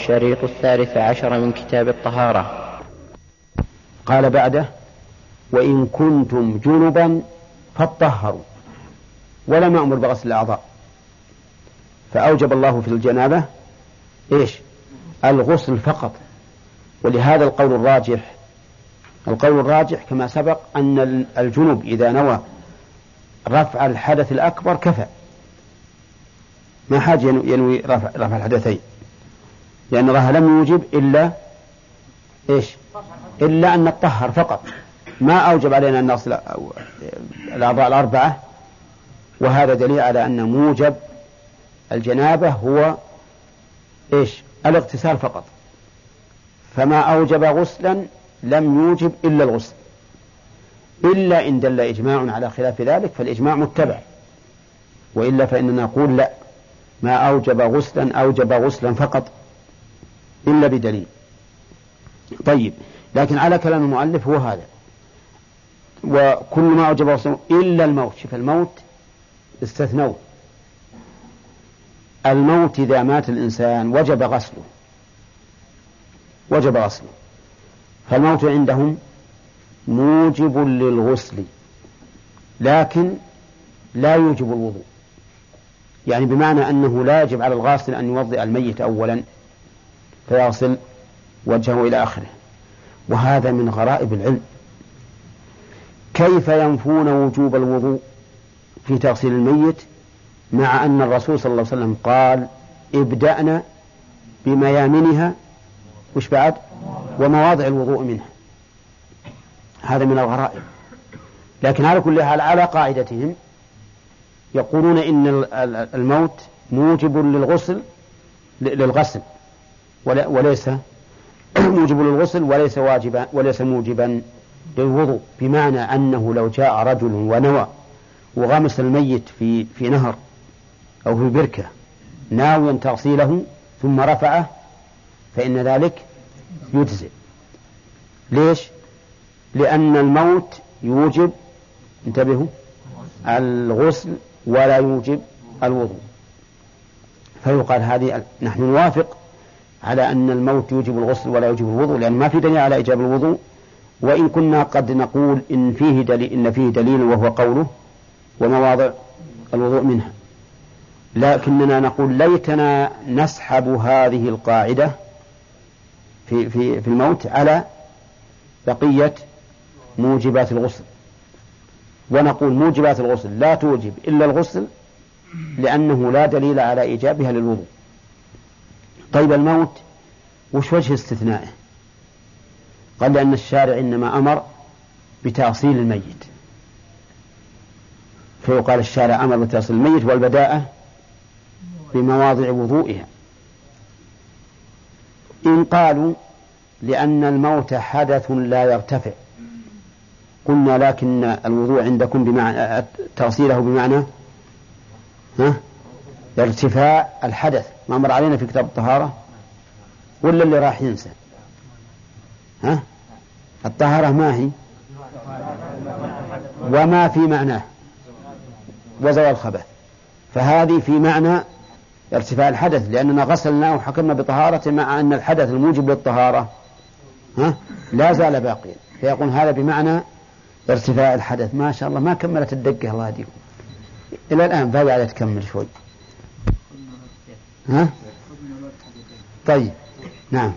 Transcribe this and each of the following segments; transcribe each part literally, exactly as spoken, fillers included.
الشريط الثالث عشر من كتاب الطهارة. قال بعده: وإن كنتم جنبا فاطهروا، ولم يأمر بغسل الأعضاء، فأوجب الله في الجنابة إيش؟ الغسل فقط. ولهذا القول الراجح القول الراجح كما سبق أن الجنب إذا نوى رفع الحدث الأكبر كفى، ما حاجة ينوي رفع, رفع الحدثين، لأن الله لم يوجب إلا إيش؟ إلا أن نطهر فقط، ما أوجب علينا أن نغسل الأعضاء الأربعة. وهذا دليل على أن موجب الجنابة هو إيش؟ الاغتسال فقط، فما أوجب غسلا لم يوجب إلا الغسل، إلا إن دل إجماع على خلاف ذلك فالإجماع متبع، وإلا فإننا نقول لا، ما أوجب غسلا أوجب غسلا فقط إلا بدليل. طيب، لكن على كلام المؤلف هو هذا: وكل ما أوجب غسلا إلا الموت. شوف، الموت استثنوه، الموت إذا مات الإنسان وجب غسله وجب غسله فالموت عندهم موجب للغسل، لكن لا يوجب الوضوء، يعني بمعنى أنه لا يجب على الغاسل أن يوضئ الميت أولا فيغسل وجهه إلى آخره. وهذا من غرائب العلم، كيف ينفون وجوب الوضوء في تغسيل الميت مع أن الرسول صلى الله عليه وسلم قال: ابدأنا بميامنها وش بعد ومواضع الوضوء منها. هذا من الغرائب. لكن على كل حال على قاعدتهم يقولون إن الموت موجب للغسل للغسل وليس موجب للغسل وليس واجبا وليس موجبا للوضوء، بمعنى أنه لو جاء رجل ونوى وغمس الميت في في نهر أو في بركة ناويا تغسيله ثم رفعه فإن ذلك يجزئ. ليش؟ لأن الموت يوجب، انتبهوا، الغسل ولا يوجب الوضوء، فيقال هذه نحن نوافق على أن الموت يوجب الغسل ولا يوجب الوضوء، لأن ما في دليل على إيجاب الوضوء، وإن كنا قد نقول إن فيه دليل إن فيه دليل وهو قوله ومواضع الوضوء منها، لكننا نقول ليتنا نسحب هذه القاعدة في في في الموت على بقية موجبات الغسل، ونقول موجبات الغسل لا توجب إلا الغسل لأنه لا دليل على إيجابها للوضوء. طيب، الموت وش وجه استثنائه؟ قال لأن الشارع إنما أمر بتغسيل الميت، فيقال الشارع أمر بتغسيل الميت والبداءة بمواضع وضوئها. إن قالوا لأن الموت حدث لا يرتفع، قلنا لكن الوضوء عندكم بمعنى تغسيله بمعنى ها ارتفاع الحدث، ما مر علينا في كتاب الطهارة ولا اللي راح ينسى؟ ها الطهارة ما هي وما في معناه وزوال الخبث، فهذه في معنى ارتفاع الحدث، لأننا غسلناه وحكمنا بطهارة مع أن الحدث الموجب للطهارة ها لا زال باقيا، فيقول هذا بمعنى ارتفاع الحدث. ما شاء الله ما كملت الدقة، الله يهديكم إلى الآن، باقي على تكمل شوي. ها طيب، نعم.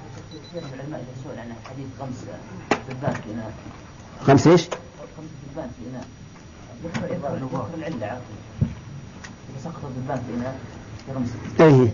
خمس ايش؟ ايه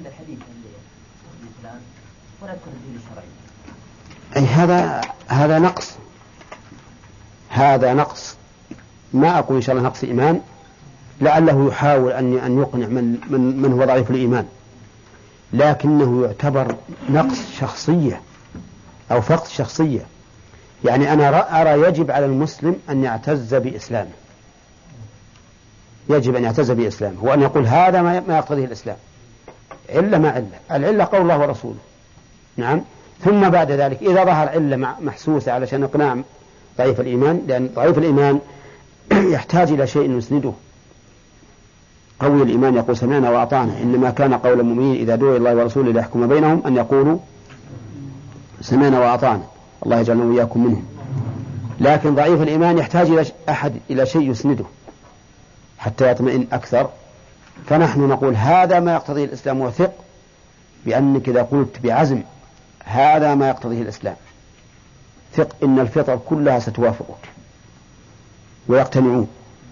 اي هذا هذا نقص هذا نقص ما أقول إن شاء الله نقص إيمان، لعله يحاول أن أن يقنع من من من هو ضعيف الإيمان، لكنه يعتبر نقص شخصية أو فقد شخصية. يعني أنا أرى يجب على المسلم أن يعتز بإسلامه، يجب أن يعتز بإسلامه وأن يقول هذا ما ما يقتضيه الإسلام، علة ما علة، العلة قول الله ورسوله، نعم. ثم بعد ذلك إذا ظهر علة محسوسة علشان إقناع ضعيف الإيمان، لأن ضعيف الإيمان يحتاج إلى شيء يسنده، قوي الإيمان يقول سمعنا وأطعنا، إنما كان قول المؤمنين إذا دعوا الله ورسوله ليحكم بينهم أن يقولوا سمعنا وأطعنا، الله يجعلنا وإياكم منهم. لكن ضعيف الإيمان يحتاج إلى أحد إلى شيء يسنده حتى يطمئن أكثر. فنحن نقول هذا ما يقتضيه الإسلام، وثق بأنك إذا قلت بعزم هذا ما يقتضيه الإسلام، ثق إن الفطر كلها ستوافقك ويقتنعون.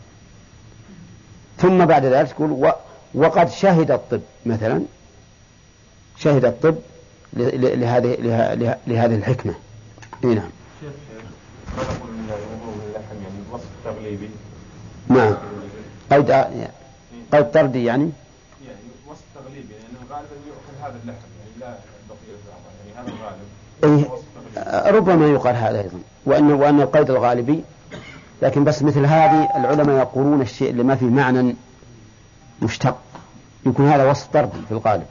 ثم بعد ذلك تقول وقد شهد الطب مثلا، شهد الطب لهذه لهذه الحكمة. نعم. ما نقول من الوضوء من اللحم يعني وصف تغليبي؟ نعم. قيد قيد طردي يعني. يعني وصف تغليبي لأنه يعني غالبا يؤكل هذا اللحم يعني لا بقية الأعضاء، يعني هذا الغالب. إيه ربما يقال هذا أيضا، وأن وأن القيد الغالبي. لكن بس مثل هذه العلماء يقولون الشيء اللي ما فيه معنى مشتق يكون هذا وصف طردي في الغالب،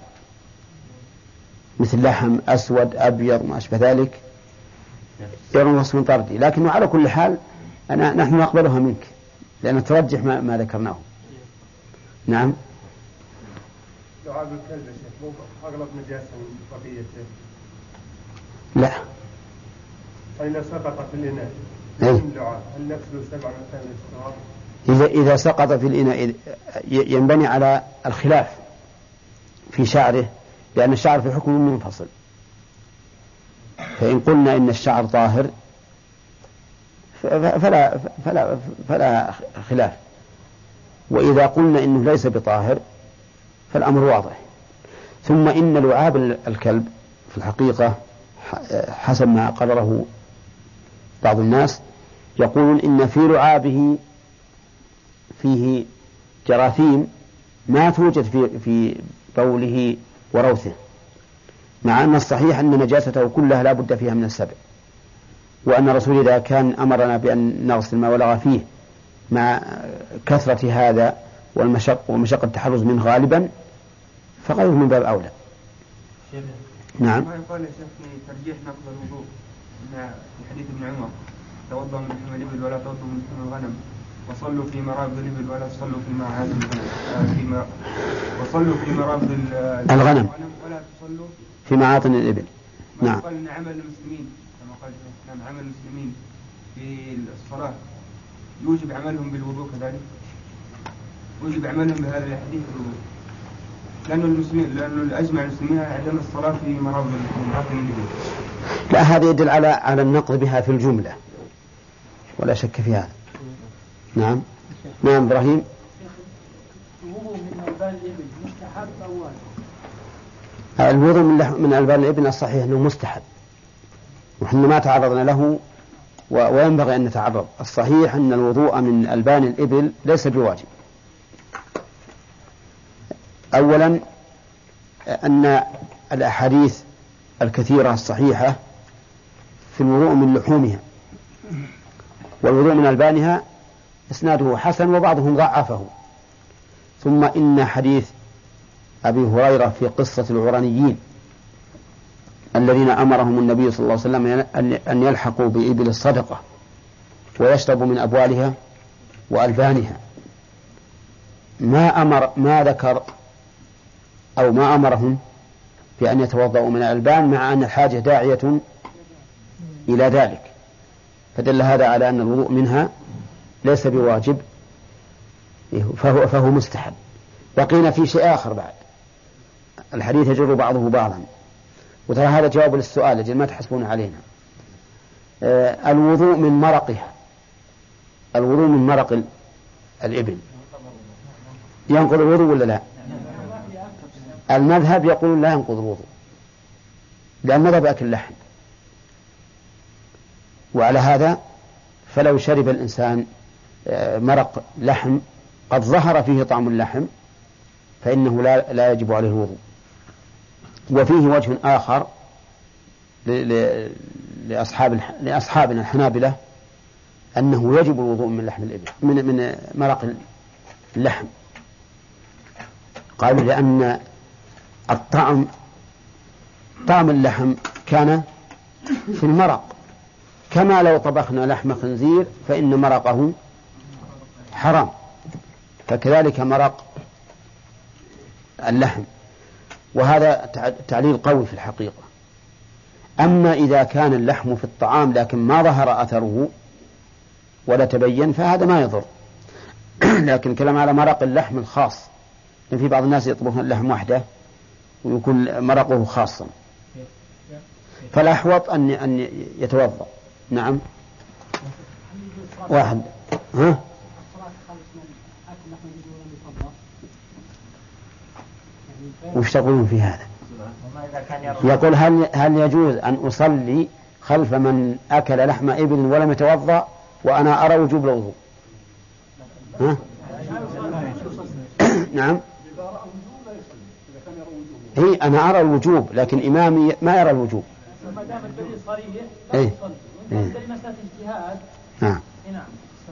مثل لحم أسود أبيض ما أشبه ذلك يرون وصف طردي. لكن على كل حال أنا نحن نقبلها منك لأن ترجح ما, ما ذكرناه. نعم. لعاب الكلب يا شيخ مو أغلب نجاسة من بقية؟ لا. فإذا سقط في الإناء هل نغسل سبع مثلا التراب؟ إذا إذا سقط في الإناء ينبني على الخلاف في شعره، لأن الشعر في حكم منفصل. فإن قلنا إن الشعر طاهر فلا فلا فلا خلاف، وإذا قلنا إنه ليس بطاهر فالأمر واضح. ثم إن لعاب الكلب في الحقيقة حسب ما قرره بعض الناس يقولون إن في لعابه فيه جراثيم ما توجد في في بوله وروثه، مع أن الصحيح أن نجاسته كلها لا بد فيها من السبع، وأن الرسول إذا كان أمرنا بأن نغسل ما ولغ فيه مع كثرة هذا والمشق ومشقة التحرز منه غالبا فغيره من باب أولى. نعم. ما يقال يا شيخ في ترجيح نقض الوضوء في حديث ابن عمر توضأوا من لحم الإبل ولا توضأوا من لحم الغنم، وصلوا في مرابض الإبل ولا تصلوا في معاد الغنم، وصلوا في مرابض الغنم ولا تصلوا في معاطن الإبل. نعم. قال إن عمل المسلمين كما قال نعم عمل المسلمين في الصلاة يوجب عملهم بالوضوء كذلك، يوجب عملهم بهذا الحديث بالوضوء، لأنه المسلمين لأنه أجمع المسلمين على عدم الصلاة في مرابض الإبل. لا هذا يدل على على النقض بها في الجملة ولا شك في هذا. نعم. نعم إبراهيم. الوضوء من ألبان الإبل مستحب أو واجب؟ الوضوء من من ألبان الإبل الصحيح أنه مستحب، ونحن ما تعرضنا له وينبغي أن نتعرض. الصحيح أن الوضوء من ألبان الإبل ليس بواجب. أولا أن الأحاديث الكثيرة الصحيحة في الوضوء من لحومها، والوضوء من ألبانها إسناده حسن وبعضهم ضعفه. ثم إن حديث أبي هريرة في قصة العرانيين الذين أمرهم النبي صلى الله عليه وسلم أن يلحقوا بإبل الصدقة ويشربوا من أبوالها وألبانها، ما أمر ما ذكر أو ما أمرهم بأن يتوضأوا من الألبان، مع أن الحاجة داعية إلى ذلك، فدل هذا على أن الوضوء منها ليس بواجب فهو, فهو مستحب. بقينا في شيء آخر بعد، الحديث يجر بعضه بعضا، وترى هذا جواب للسؤال أجل ما تحسبون علينا. آه الوضوء من مرقها، الوضوء من مرق الإبل ينقض الوضوء ولا لا؟ المذهب يقول لا ينقض الوضوء، لأن مذهب أكل اللحم. وعلى هذا فلو شرب الإنسان مرق لحم قد ظهر فيه طعم اللحم فإنه لا, لا يجب عليه الوضوء. وفيه وجه آخر لأصحاب لأصحابنا الحنابلة أنه يجب الوضوء من لحم الإبل من من مرق اللحم. قالوا لأن الطعم طعم اللحم كان في المرق، كما لو طبخنا لحم خنزير فإن مرقه حرام، فكذلك مرق اللحم، وهذا تعليل قوي في الحقيقة. أما إذا كان اللحم في الطعام لكن ما ظهر أثره ولا تبين فهذا ما يضر. لكن كلام على مرق اللحم الخاص، في بعض الناس يطبخون اللحم وحده ويكون مرقه خاصا، فالأحوط أن أن يتوضأ. نعم. واحد ها وش تقولون في هذا؟ يقول هل هل يجوز أن أصلي خلف من أكل لحم إبل ولم يتوضأ وأنا أرى وجوب الوضوء؟ ها؟ نعم. هي أنا أرى الوجوب لكن إمامي ما يرى الوجوب. ما دام الدليل صريح إيه؟ لا يصلي، وإن كان مسألة اجتهاد. نعم. نعم.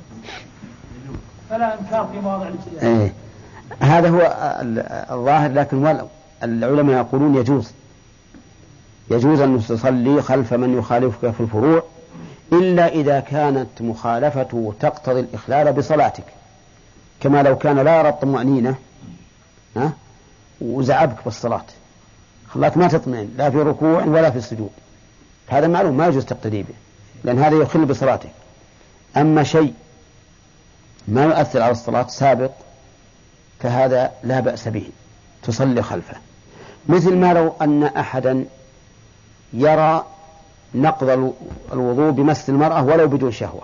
فلا إنكار في مواضع الاجتهاد. إيه. هذا هو الظاهر، لكن العلماء يقولون يجوز يجوز أن تصلي خلف من يخالفك في الفروع، إلا إذا كانت مخالفته تقتضي الإخلال بصلاتك، كما لو كان لا يرى الطمأنينة ها وزعبك بالصلاة خلاك ما تطمئن لا في ركوع ولا في السجود، هذا معلوم ما يجوز تقتدي به لأن هذا يخل بصلاتك. أما شيء ما يؤثر على الصلاة سابق فهذا لا بأس به تصلي خلفه، مثل ما لو أن أحدا يرى نقض الوضوء بمس المرأة ولو بدون شهوة،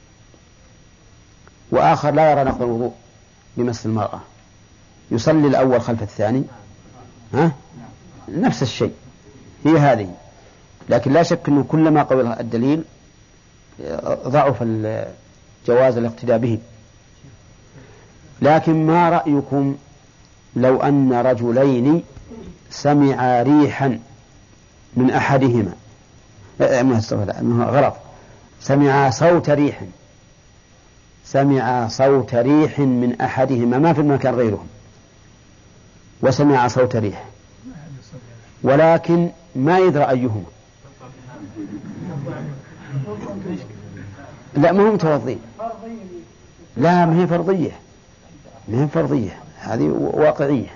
وآخر لا يرى نقض الوضوء بمس المرأة، يصلي الأول خلف الثاني؟ ها؟ نفس الشيء هي هذه، لكن لا شك أنه كلما قوي الدليل ضعف جواز الاقتداء به. لكن ما رأيكم لو أن رجلين سمعا ريحا من أحدهما غلط سمعا صوت ريح سمعا صوت ريح من أحدهما ما في المكان غيرهم، وسمع صوت ريح ولكن ما يدرى أيهما، لا ما هم متوضين، لا ما هي فرضية ما هي فرضية هذه واقعية،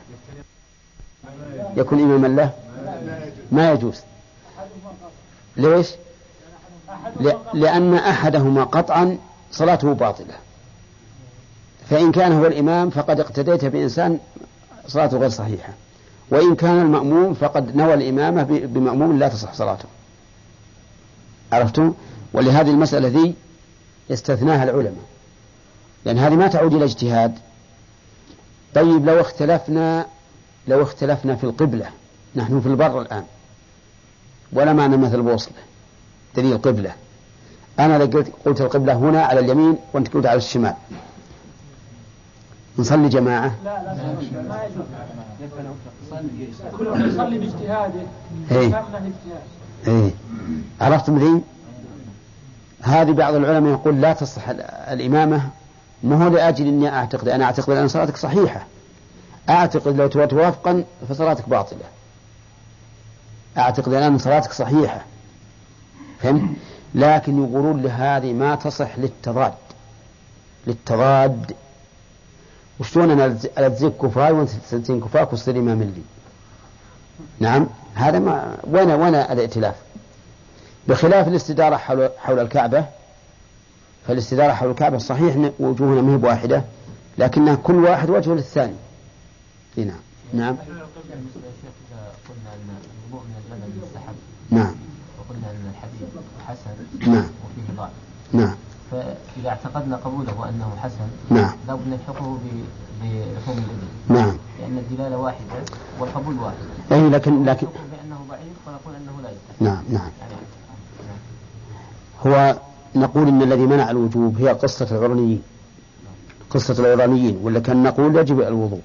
يكون إماما له ما يجوز. ليش؟ لأن أحدهما قطعا صلاته باطلة، فإن كان هو الإمام فقد اقتديت بإنسان صلاته غير صحيحة، وإن كان المأموم فقد نوى الإمامة بمأموم لا تصح صلاته. عرفتم؟ ولهذه المسألة ذي يستثناها العلماء لأن هذه ما تعود إلى اجتهاد. طيب لو اختلفنا لو اختلفنا في القبلة، نحن في البر الآن ولا معنا مثل بوصلة دليل القبلة، أنا قلت, قلت القبلة هنا على اليمين وأنت قلت على الشمال، نصلي جماعة؟ لا لا ما يجوز، كل واحد يصلي باجتهاده. إيه إيه عرفتم ذي؟ هذه بعض العلماء يقول لا تصح الإمامة، ما هو لأجل إني أعتقد أنا أعتقد أن صلاتك صحيحة، أعتقد لو توافقا فصلاتك باطلة، أعتقد أن صلاتك صحيحة، فهم؟ لكن يقولون لهذه ما تصح للتضاد للتضاد وشلون أنا ألتزك كفاي وأنت تلتزك كفاك وتصير إمام لي؟ نعم هذا ما وين وين الائتلاف؟ بخلاف الاستدارة حول حول الكعبة، فالاستدارة حول الكعبة صحيح وجوهنا ما هي بواحدة لكنها كل واحد وجه للثاني. نعم نعم نعم وقلنا أن الحديث حسن نعم وفيه ضعف نعم، فإذا اعتقدنا قبوله وأنه حسن نعم لابد نلحقه بلحوم الإبل، نعم لأن الدلالة واحدة والقبول واحد. أي لكن لكن نقول بأنه ضعيف ونقول أنه لا يصح. نعم نعم يعني هو نقول إن الذي منع الوجوب هي قصة العرنيين، قصة العرانيين، ولا كان نقول يجب الوضوء،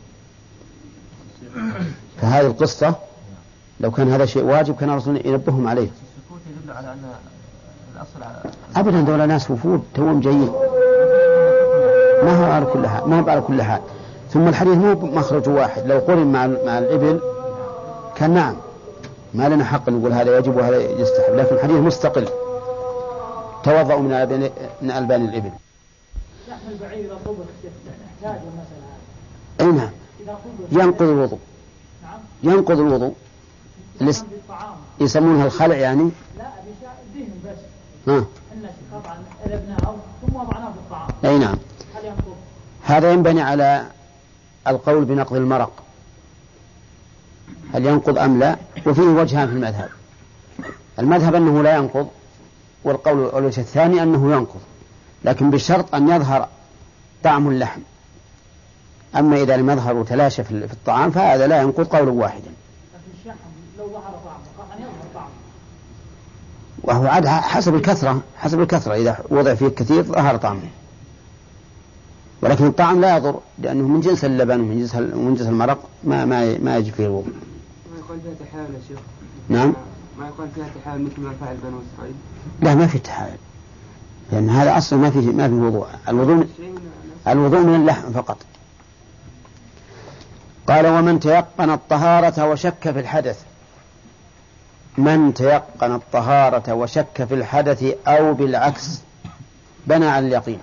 فهذه القصة لو كان هذا شيء واجب كان الرسول ينبههم عليه. السكوت يدل على أن الأصل على أبدا دول ناس وفود توم جايين ما هو على كل حال ما هو على كل حال. ثم الحديث مو مخرج واحد، لو قرن مع مع الإبل كان نعم ما لنا حق نقول هذا يجب وهذا يستحب، لكن الحديث مستقل توضأوا من ألبان من ألبان الإبل. لحم البعير إذا طبخ يحتاج المسألة. أي نعم ينقض الوضوء ينقض الوضوء. يسمونها الخلع يعني. لا الدهن بس. ها. إحنا قطعا قلبناه ثم وضعناه في الطعام. أي نعم. هل ينقض؟ هذا ينبني على القول بنقض المرق، هل ينقض أم لا؟ وفيه وجهان في المذهب. المذهب أنه لا ينقض، والقول الوجه الثاني أنه ينقض، لكن بشرط أن يظهر طعم اللحم. أما إذا لم يظهر وتلاشى في الطعام فهذا لا ينقض قولا واحدا. لكن الشحم لو ظهر طعمه قطعا يظهر طعمه. وهو عاد حسب الكثرة، حسب الكثرة إذا وضع فيه كثير ظهر طعمه، ولكن الطعم لا يضر لأنه من جنس اللبن ومن جنس من جنس المرق ما ما ما يجب فيه الوضوء. ما يقال فيها تحايل يا شيخ. نعم. ما يقال فيها تحايل مثل ما فعل بنو إسرائيل. لا ما في تحايل، لأن هذا أصلا ما في ما في وضوء. الوضوء الوضوء من اللحم فقط. قال ومن تيقن الطهارة وشك في الحدث. من تيقن الطهارة وشك في الحدث أو بالعكس بنى على اليقين.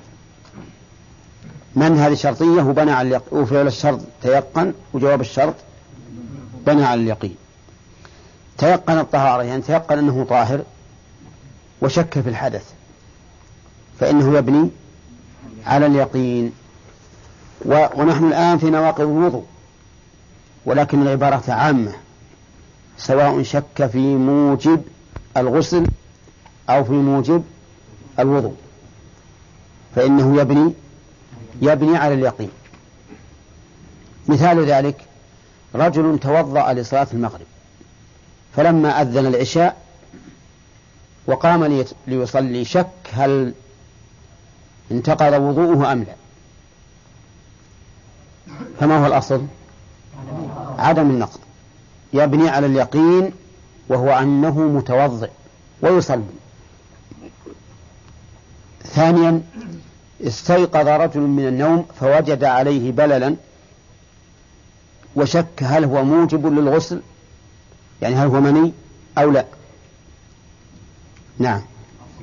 من هذه شرطية وبنى على اليقين، وفعل الشرط تيقن وجواب الشرط بنى على اليقين. تيقن الطهارة يعني تيقن أنه طاهر وشك في الحدث فإنه يبني على اليقين. ونحن الآن في نواقض الوضوء، ولكن العبارة عامة، سواء شك في موجب الغسل أو في موجب الوضوء فإنه يبني يبني على اليقين. مثال ذلك رجل توضأ لصلاة المغرب، فلما أذن العشاء وقام ليصلي شك هل انتقض وضوءه أم لا، فما هو الأصل؟ عدم النقض، يبني على اليقين وهو أنه متوضئ ويصلي. ثانيا استيقظ رجل من النوم فوجد عليه بللا وشك هل هو موجب للغسل، يعني هل هو مني أو لا. نعم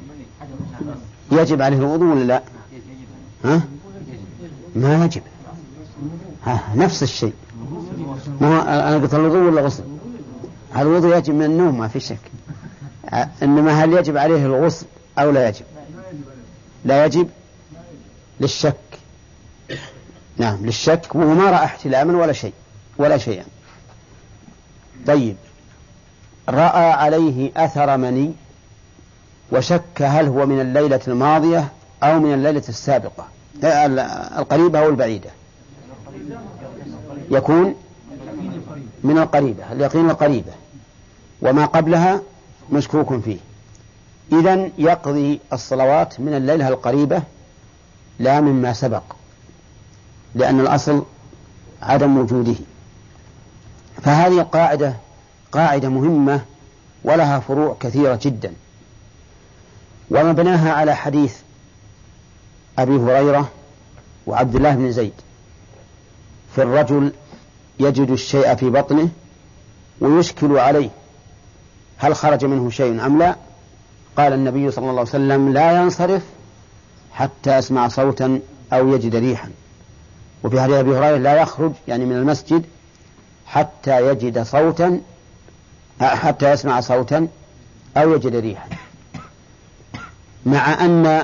يجب عليه الوضوء ولا لا؟ ها؟ ما يجب. ها نفس الشيء. ما أنا قلت الوضوء ولا غسل؟ الوضوء يجب من النوم ما في شك، إنما هل يجب عليه الغسل أو لا يجب؟ لا يجب للشك. نعم للشك، وما رأى احتلاما ولا شيء ولا شيئا. طيب رأى عليه أثر مني وشك هل هو من الليلة الماضية أو من الليلة السابقة القريبة أو البعيدة، يكون من القريبة، اليقين القريبة، وما قبلها مشكوك فيه. إذن يقضي الصلوات من الليلة القريبة لا مما سبق، لأن الأصل عدم وجوده. فهذه قاعدة قاعدة مهمة ولها فروع كثيرة جدا، ومبناها على حديث أبي هريرة وعبد الله بن زيد في الرجل يجد الشيء في بطنه ويشكل عليه هل خرج منه شيء أم لا، قال النبي صلى الله عليه وسلم لا ينصرف حتى يسمع صوتا أو يجد ريحا. وفي حديث أبي هريرة لا يخرج يعني من المسجد حتى يجد صوتا حتى يسمع صوتا أو يجد ريحا، مع أن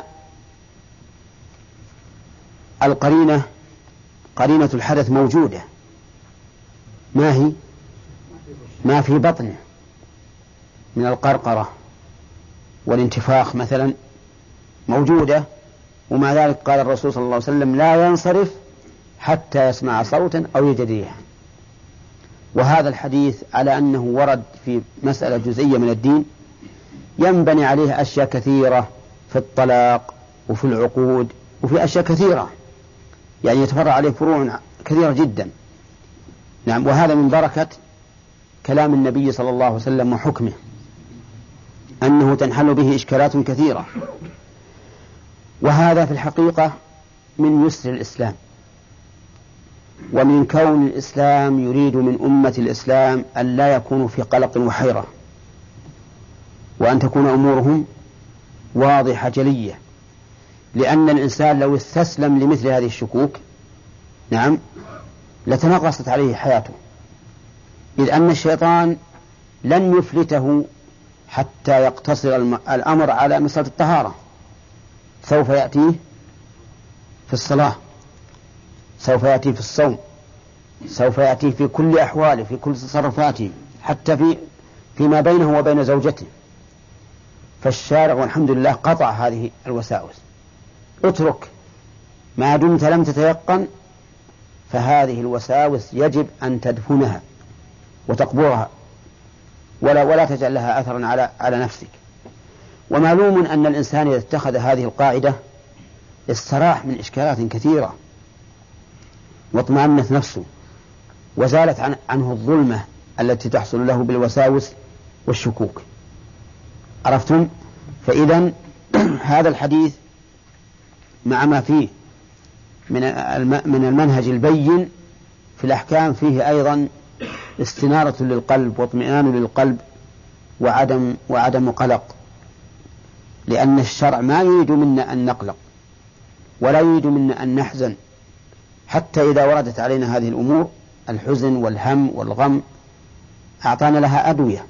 القرينة قرينة الحدث موجودة. ما هي؟ ما في بطنه من القرقرة والانتفاخ مثلا موجودة، ومع ذلك قال الرسول صلى الله عليه وسلم لا ينصرف حتى يسمع صوتا أو يجد ريحا. وهذا الحديث على أنه ورد في مسألة جزئية من الدين ينبني عليه أشياء كثيرة في الطلاق وفي العقود وفي أشياء كثيرة، يعني يتفرع عليه فروع كثيرة جدا. نعم، وهذا من بركة كلام النبي صلى الله عليه وسلم وحكمه أنه تنحل به إشكالات كثيرة. وهذا في الحقيقة من يسر الإسلام، ومن كون الإسلام يريد من أمة الإسلام أن لا يكونوا في قلق وحيرة، وأن تكون أمورهم واضحة جلية، لأن الإنسان لو استسلم لمثل هذه الشكوك نعم لتنغصت عليه حياته. إذ أن الشيطان لن يفلته حتى يقتصر الأمر على مسألة الطهارة. سوف يأتيه في الصلاة، سوف يأتي في الصوم، سوف يأتي في كل أحواله، في كل تصرفاته، حتى في فيما بينه وبين زوجته. فالشارع والحمد لله قطع هذه الوساوس. اترك ما دمت لم تتيقن، فهذه الوساوس يجب أن تدفنها وتقبرها، ولا ولا تجعل لها أثرا على على نفسك. ومعلوم أن الإنسان إذا اتخذ هذه القاعدة استراح من إشكالات كثيرة، واطمأنت نفسه، وزالت عن عنه الظلمة التي تحصل له بالوساوس والشكوك. عرفتم؟ فإذا هذا الحديث مع ما فيه من من المنهج البين في الأحكام فيه أيضا استنارة للقلب واطمئنان للقلب وعدم وعدم قلق، لأن الشرع ما يريد منا أن نقلق ولا يريد منا أن نحزن. حتى إذا وردت علينا هذه الأمور الحزن والهم والغم أعطانا لها أدوية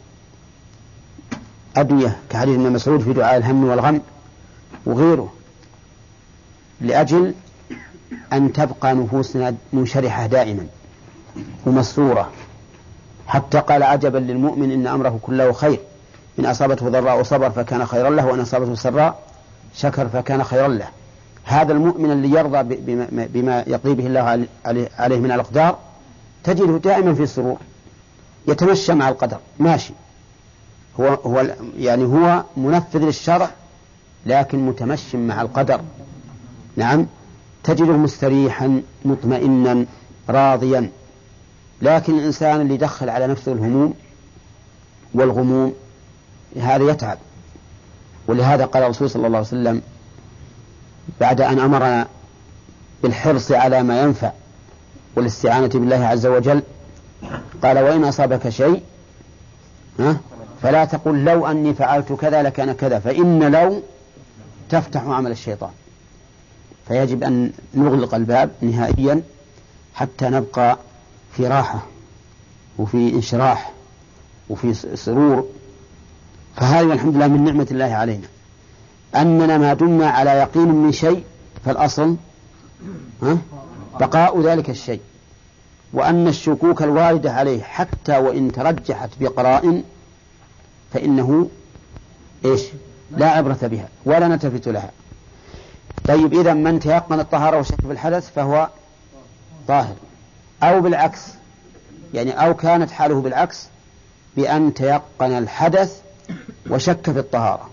أدوية كحديث ابن مسعود في دعاء الهم والغم وغيره، لأجل أن تبقى نفوسنا منشرحة دائما ومسرورة. حتى قال عجبا للمؤمن إن أمره كله خير، إن أصابته ضراء صبر فكان خيرا له، وإن أصابته سراء شكر فكان خيرا له. هذا المؤمن اللي يرضى بما يقضي به الله عليه من الأقدار تجده دائما في سرور، يتمشى مع القدر ماشي، هو هو يعني هو منفذ للشرع لكن متمشي مع القدر. نعم، تجده مستريحا مطمئنا راضيا. لكن الإنسان اللي يدخل على نفسه الهموم والغموم هذا يتعب. ولهذا قال الرسول صلى الله عليه وسلم بعد أن أمرنا بالحرص على ما ينفع والاستعانة بالله عز وجل قال وإن أصابك شيء ها فلا تقل لو أني فعلت كذا لكان كذا، فإن لو تفتح عمل الشيطان. فيجب أن نغلق الباب نهائيا حتى نبقى في راحة وفي انشراح وفي سرور. فهذا الحمد لله من نعمة الله علينا أننا ما دمنا على يقين من شيء فالأصل ها بقاء ذلك الشيء، وأن الشكوك الواردة عليه حتى وإن ترجحت بقرائن فإنه إيش لا عبرة بها ولا نلتفت لها. طيب إذا من تيقن الطهارة وشك في الحدث فهو طاهر، أو بالعكس يعني أو كانت حاله بالعكس بأن تيقن الحدث وشك في الطهارة،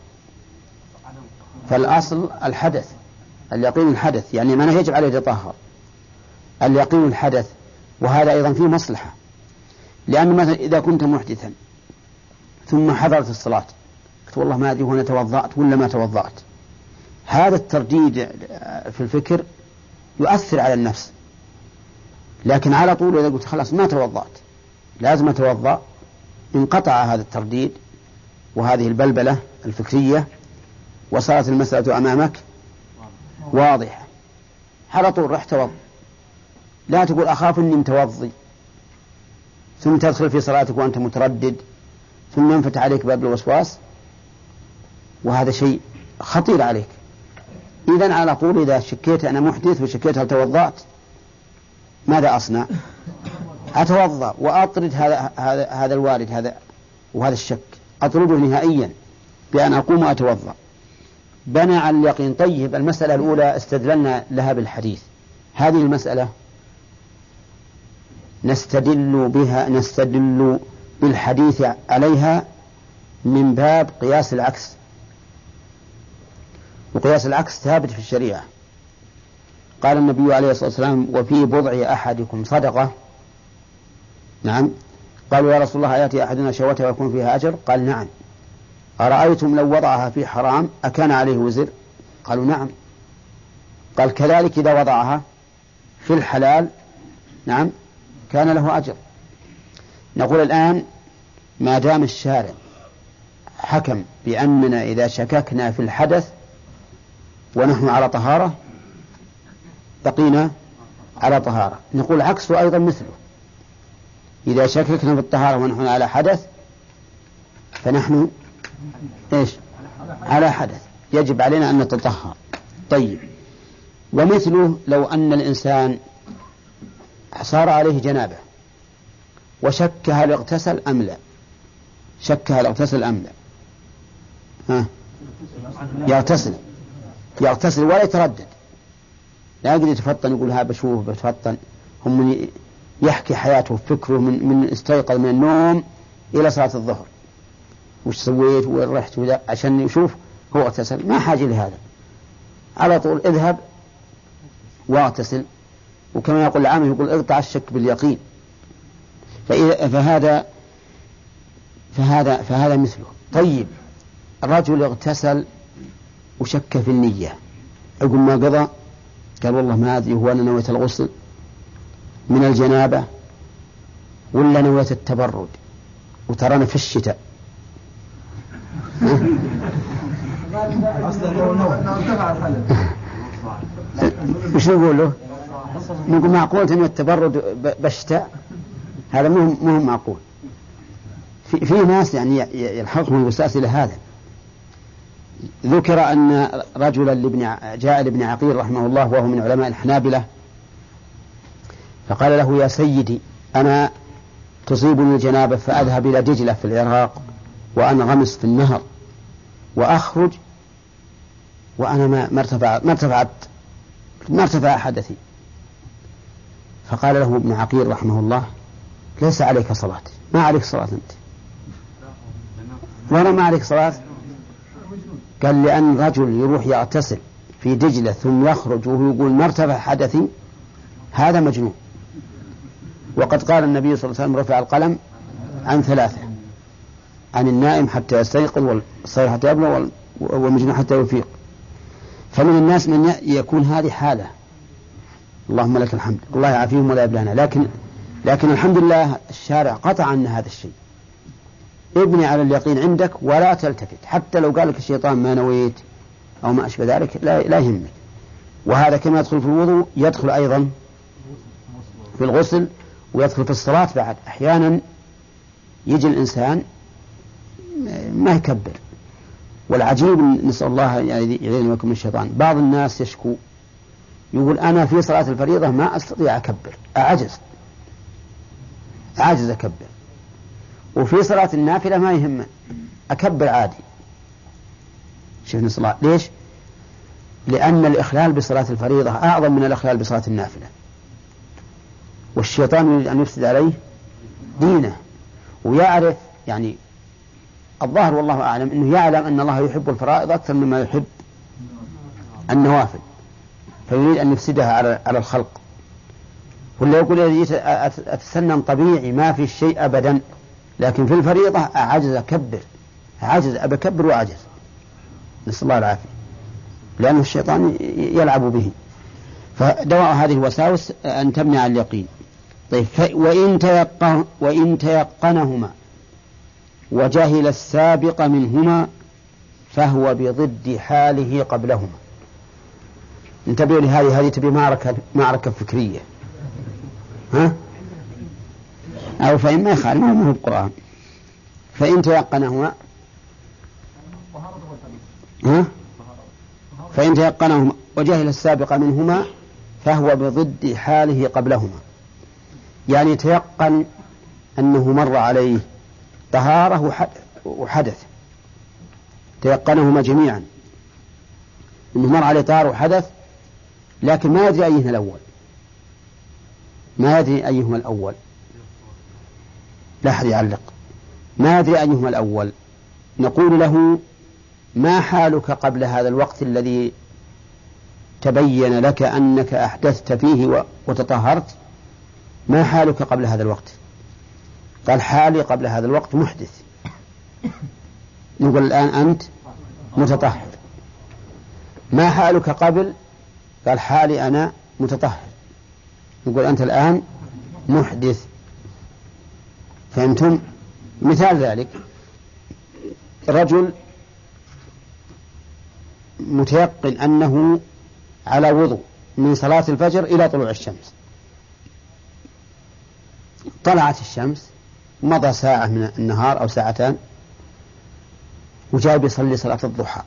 فالأصل الحدث اليقين الحدث، يعني ما يجب عليه يتطهر اليقين الحدث. وهذا أيضا فيه مصلحة، لأن مثلا إذا كنت محدثا ثم حضرت الصلاة قلت والله ما أدري هنا توضأت ولا ما توضأت، هذا الترديد في الفكر يؤثر على النفس. لكن على طول إذا قلت خلاص ما توضأت لازم أتوضأ انقطع هذا الترديد وهذه البلبلة الفكرية وصارت المسألة أمامك واضحة، على طول رح توضأ. لا تقول أخاف أني متوضي ثم تدخل في صلاتك وأنت متردد ثم ينفتح عليك باب الوسواس، وهذا شيء خطير عليك. إذن على طول إذا شكيت أنا محدث وشكيت هل توضأت ماذا أصنع؟ أتوضأ وأطرد هذا هذا هذا الوارد هذا وهذا الشك، أطرده نهائيا بأن أقوم وأتوضأ. بنى على اليقين. طيب المسألة الأولى استدللنا لها بالحديث، هذه المسألة نستدل بها نستدل بالحديث عليها من باب قياس العكس، وقياس العكس ثابت في الشريعة. قال النبي عليه الصلاة والسلام وفي بضع أحدكم صدقة. نعم. قالوا يا رسول الله يأتي أحدنا شهوته ويكون فيها أجر؟ قال نعم. أرأيتم لو وضعها في حرام أكان عليه وزر؟ قالوا نعم. قال كذلك إذا وضعها في الحلال نعم كان له أجر. نقول الآن ما دام الشارع حكم بأننا إذا شككنا في الحدث ونحن على طهارة بقينا على طهارة، نقول عكسه أيضا مثله. إذا شككنا في الطهارة ونحن على حدث فنحن إيش على حدث، يجب علينا أن نتطهر. طيب، ومثله لو أن الإنسان صار عليه جنابه وشك هل اغتسل أم لا، شك هل اغتسل أم لا، ها يغتسل يغتسل ولا يتردد، لا يقدر يتفطن يقول ها بشوف بتفطن، هم من يحكي حياته وفكره من من استيقظ من النوم إلى صلاة الظهر وش سويت وين رحت ولا عشان يشوف هو اغتسل، ما حاجة لهذا، على طول اذهب واغتسل. وكما يقول العامة يقول اقطع الشك باليقين. فإذا فهذا فهذا فهذا مثله. طيب، الرجل اغتسل وشك في النية، عقب ما قضى قال والله ما أدري هو أنا نويت الغسل من الجنابة ولا نويت التبرد، وترانا في الشتاء وش نقول له؟ نقول معقول أن التبرد بالشتاء؟ هذا مو مو معقول. في, في ناس يعني يلحقهم الوسواس إلى هذا. ذكر أن رجلا لابن جاء لابن عقيل رحمه الله وهو من علماء الحنابلة، فقال له يا سيدي أنا تصيبني الجنابة فأذهب إلى دجلة في العراق وأنغمس في النهر وأخرج وأنا ما مرتفع ما ارتفعت ما ارتفع حدثي. فقال له ابن عقيل رحمه الله ليس عليك صلاة، ما عليك صلاة أنت، ولا ما عليك صلاة. قال لأن رجل يروح يغتسل في دجلة ثم يخرج وهو يقول ما ارتفع حدثي، هذا مجنون. وقد قال النبي صلى الله عليه وسلم رفع القلم عن ثلاثة، عن النائم حتى يستيقظ والصغير حتى يبلغ والمجنون حتى يفيق. فمن الناس من يكون هذه حالة، اللهم لك الحمد، الله يعافيهم ولا يبلانا، لكن لكن الحمد لله الشارع قطع عنا هذا الشيء. ابني على اليقين عندك ولا تلتفت، حتى لو قال لك الشيطان ما نويت أو ما أشبه ذلك لا, لا يهمك. وهذا كما يدخل في الوضوء يدخل أيضا في الغسل ويدخل في الصلاة بعد. أحيانا يجي الإنسان ما يكبر، والعجيب نسأل الله يعيذنا ويكم من الشيطان، بعض الناس يشكو يقول أنا في صلاة الفريضة ما أستطيع أكبر، أعجز أعجز أكبر، وفي صلاة النافلة ما يهم أكبر عادي. شوفنا الصلاة ليش؟ لأن الإخلال بصلاة الفريضة أعظم من الإخلال بصلاة النافلة، والشيطان يريد أن يفسد عليه دينه، ويعرف يعني الظاهر والله أعلم أنه يعلم أن الله يحب الفرائض أكثر مما يحب النوافل، فيريد أن يفسدها على على الخلق. ولا يقول أتسنن طبيعي ما في شيء أبدا، لكن في الفريضة أعجز أكبر، أعجز أبكبر وأعجز، نسأل الله العافية، لأن الشيطان يلعب به. فدواء هذه الوساوس أن تبني على اليقين. طيب، وإن تيقن وإن تيقنهما وجهل السابق منهما فهو بضد حاله قبلهما. انتبهوا لهذه، هذه تبي معركة معركة فكرية، ها؟ أو فإن ما يخالف ما هو القرآن. فإن تيقنهما ها؟ فإن تيقنهما وجهل السابق منهما فهو بضد حاله قبلهما، يعني تيقن أنه مر عليه طهارة وحدث، تيقنهما جميعا أنه مر عليه طهارة وحدث، لكن ما يدري أيهما الأول، ما يدري أيهما الأول، لا أحد يعلق، ما يدري أيهما الأول. نقول له ما حالك قبل هذا الوقت الذي تبين لك أنك أحدثت فيه وتطهرت، ما حالك قبل هذا الوقت؟ قال حالي قبل هذا الوقت محدث. نقول الآن أنت متطهر. ما حالك قبل؟ قال حالي أنا متطهر. نقول أنت الآن محدث. فهمتم؟ مثال ذلك رجل متيقن أنه على وضوء من صلاة الفجر إلى طلوع الشمس، طلعت الشمس، مضى ساعة من النهار أو ساعتان، وجاء بيصلي صلاة الضحى،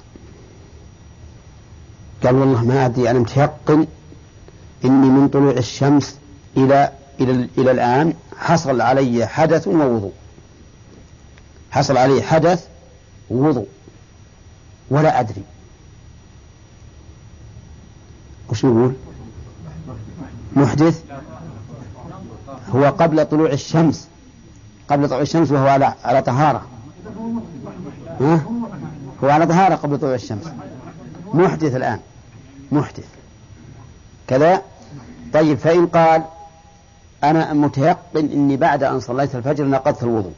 قال والله ما أدري، أنا متيقن إني من طلوع الشمس إلى إلى إلى الآن حصل علي حدث ووضوء، حصل علي حدث ووضوء ولا أدري وش نقول؟ محدث هو قبل طلوع الشمس، قبل طلوع الشمس وهو على على طهارة، ها؟ هو على طهارة قبل طلوع الشمس، محدث الآن، محدث كذا. طيب فإن قال أنا متيقن إني بعد أن صليت الفجر نقضت الوضوء،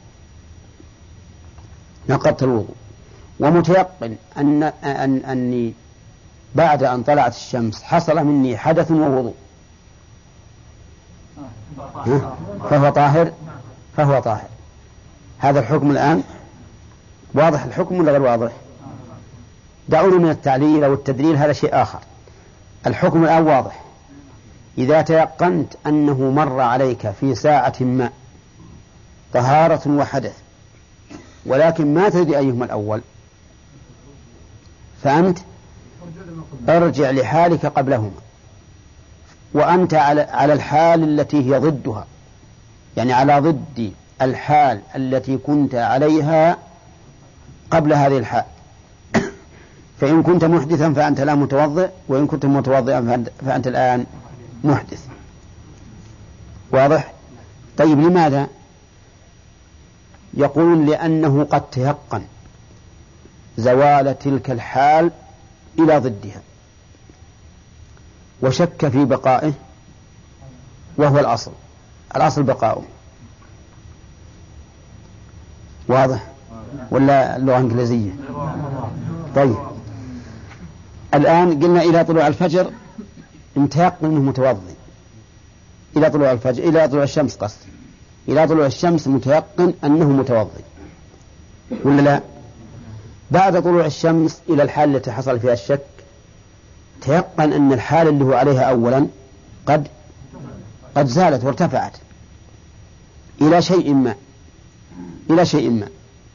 نقضت الوضوء، ومتيقن أن أن أني بعد أن طلعت الشمس حصل مني حدث ووضوء، فهو طاهر، فهو طاهر. هذا الحكم الآن واضح الحكم ولا غير واضح؟ دعونا من التعليل أو التدليل، هذا شيء آخر. الحكم الآن واضح. إذا تيقنت أنه مر عليك في ساعة ما طهارة وحدث، ولكن ما تدري أيهما الأول، فأنت ارجع لحالك قبلهما، وأنت على على الحال التي هي ضدها، يعني على ضد الحال التي كنت عليها قبل هذه الحال. فإن كنت محدثا فأنت لا متوضئ، وإن كنت متوضئا فأنت الآن محدث. واضح؟ طيب لماذا؟ يقول لأنه قد تيقن زوال تلك الحال إلى ضدها وشك في بقائه، وهو الأصل، الأصل بقاؤه. واضح ولا اللغة إنجليزية؟ طيب الآن قلنا إلى طلوع الفجر متيقن أنه متوضئ، إلى طلوع الفجر، إلى طلوع الشمس قصد، إلى طلوع الشمس متيقن أنه متوضئ ولا لا؟ بعد طلوع الشمس إلى الحال التي حصل فيها الشك تيقن أن الحال اللي هو عليها أولا قد قد زالت وارتفعت إلى شيء ما، إلى شيء ما.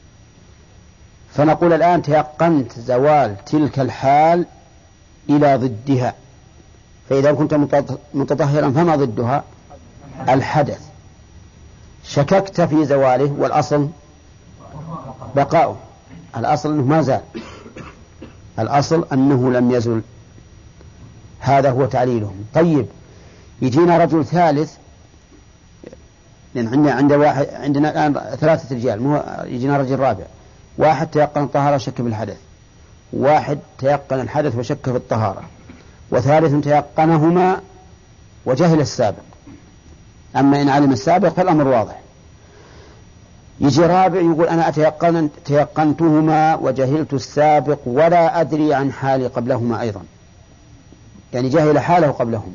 فنقول الآن تيقنت زوال تلك الحال إلى ضدها، فإذا كنت متطهرا فما ضدها؟ الحدث. شككت في زواله والأصل بقاؤه، الأصل أنه ما زال، الأصل أنه لم يزل. هذا هو تعليلهم. طيب يجينا رجل ثالث، لأن عندنا عند واحد عندنا الآن ثلاثة رجال، مو يجينا رجل رابع. واحد تيقن الطهارة وشك في الحدث، واحد تيقن الحدث وشك في الطهارة، وثالث تيقنهما وجهل السابق. أما إن علم السابق فالأمر واضح. يجي رابع يقول أنا أتيقن تيقنتهما وجهلت السابق ولا أدري عن حالي قبلهما أيضا، يعني جهل حاله قبلهما.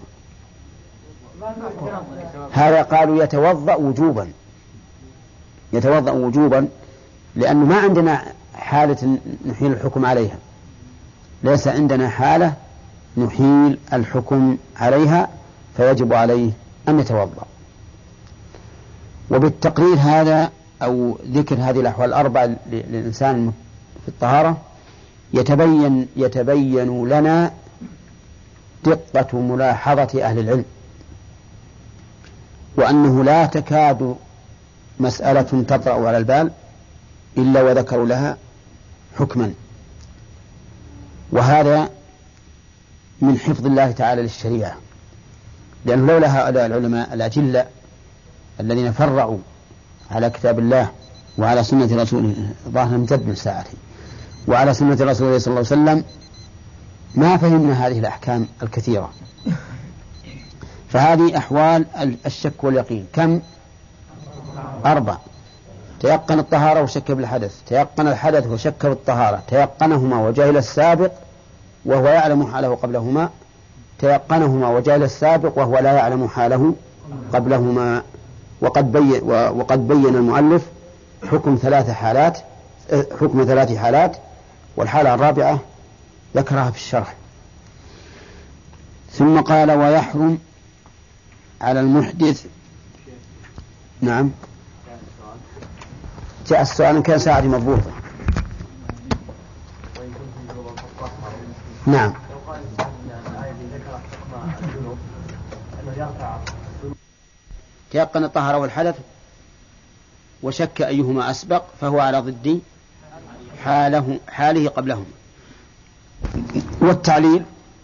هذا قالوا يتوضأ وجوبا، يتوضأ وجوبا، لأنه ما عندنا حالة نحيل الحكم عليها، ليس عندنا حالة نحيل الحكم عليها، فيجب عليه أن يتوضأ. وبالتقرير هذا أو ذكر هذه الأحوال الأربعة للإنسان في الطهارة يتبين يتبين لنا دقة ملاحظة أهل العلم، وأنه لا تكاد مسألة تطرأ على البال إلا وذكروا لها حكما. وهذا من حفظ الله تعالى للشريعة، لأن لولا هؤلاء العلماء الأجلة الذين فرعوا على كتاب الله وعلى سنة رسوله ظاهر مجد ساعته وعلى سنة رسوله صلى الله عليه وسلم ما فهمنا هذه الأحكام الكثيرة. فهذه أحوال الشك واليقين كم؟ أربع. تيقن الطهارة وشك بالحدث، تيقن الحدث وشك بالطهارة، تيقنهما وجهل السابق وهو يعلم حاله قبلهما، تيقنهما وجهل السابق وهو لا يعلم حاله قبلهما. وقد بين وقد بين المؤلف حكم ثلاث حالات، حكم ثلاث حالات، والحالة الرابعة ذكرها في الشرح. ثم قال ويحرم على المحدث نعم. جاء السؤال إن كان ساعدي مضبوطا. نعم. تيقن الطهارة والحدث وشك أيهما أسبق فهو على ضد حاله حاله قبلهم. والتعليل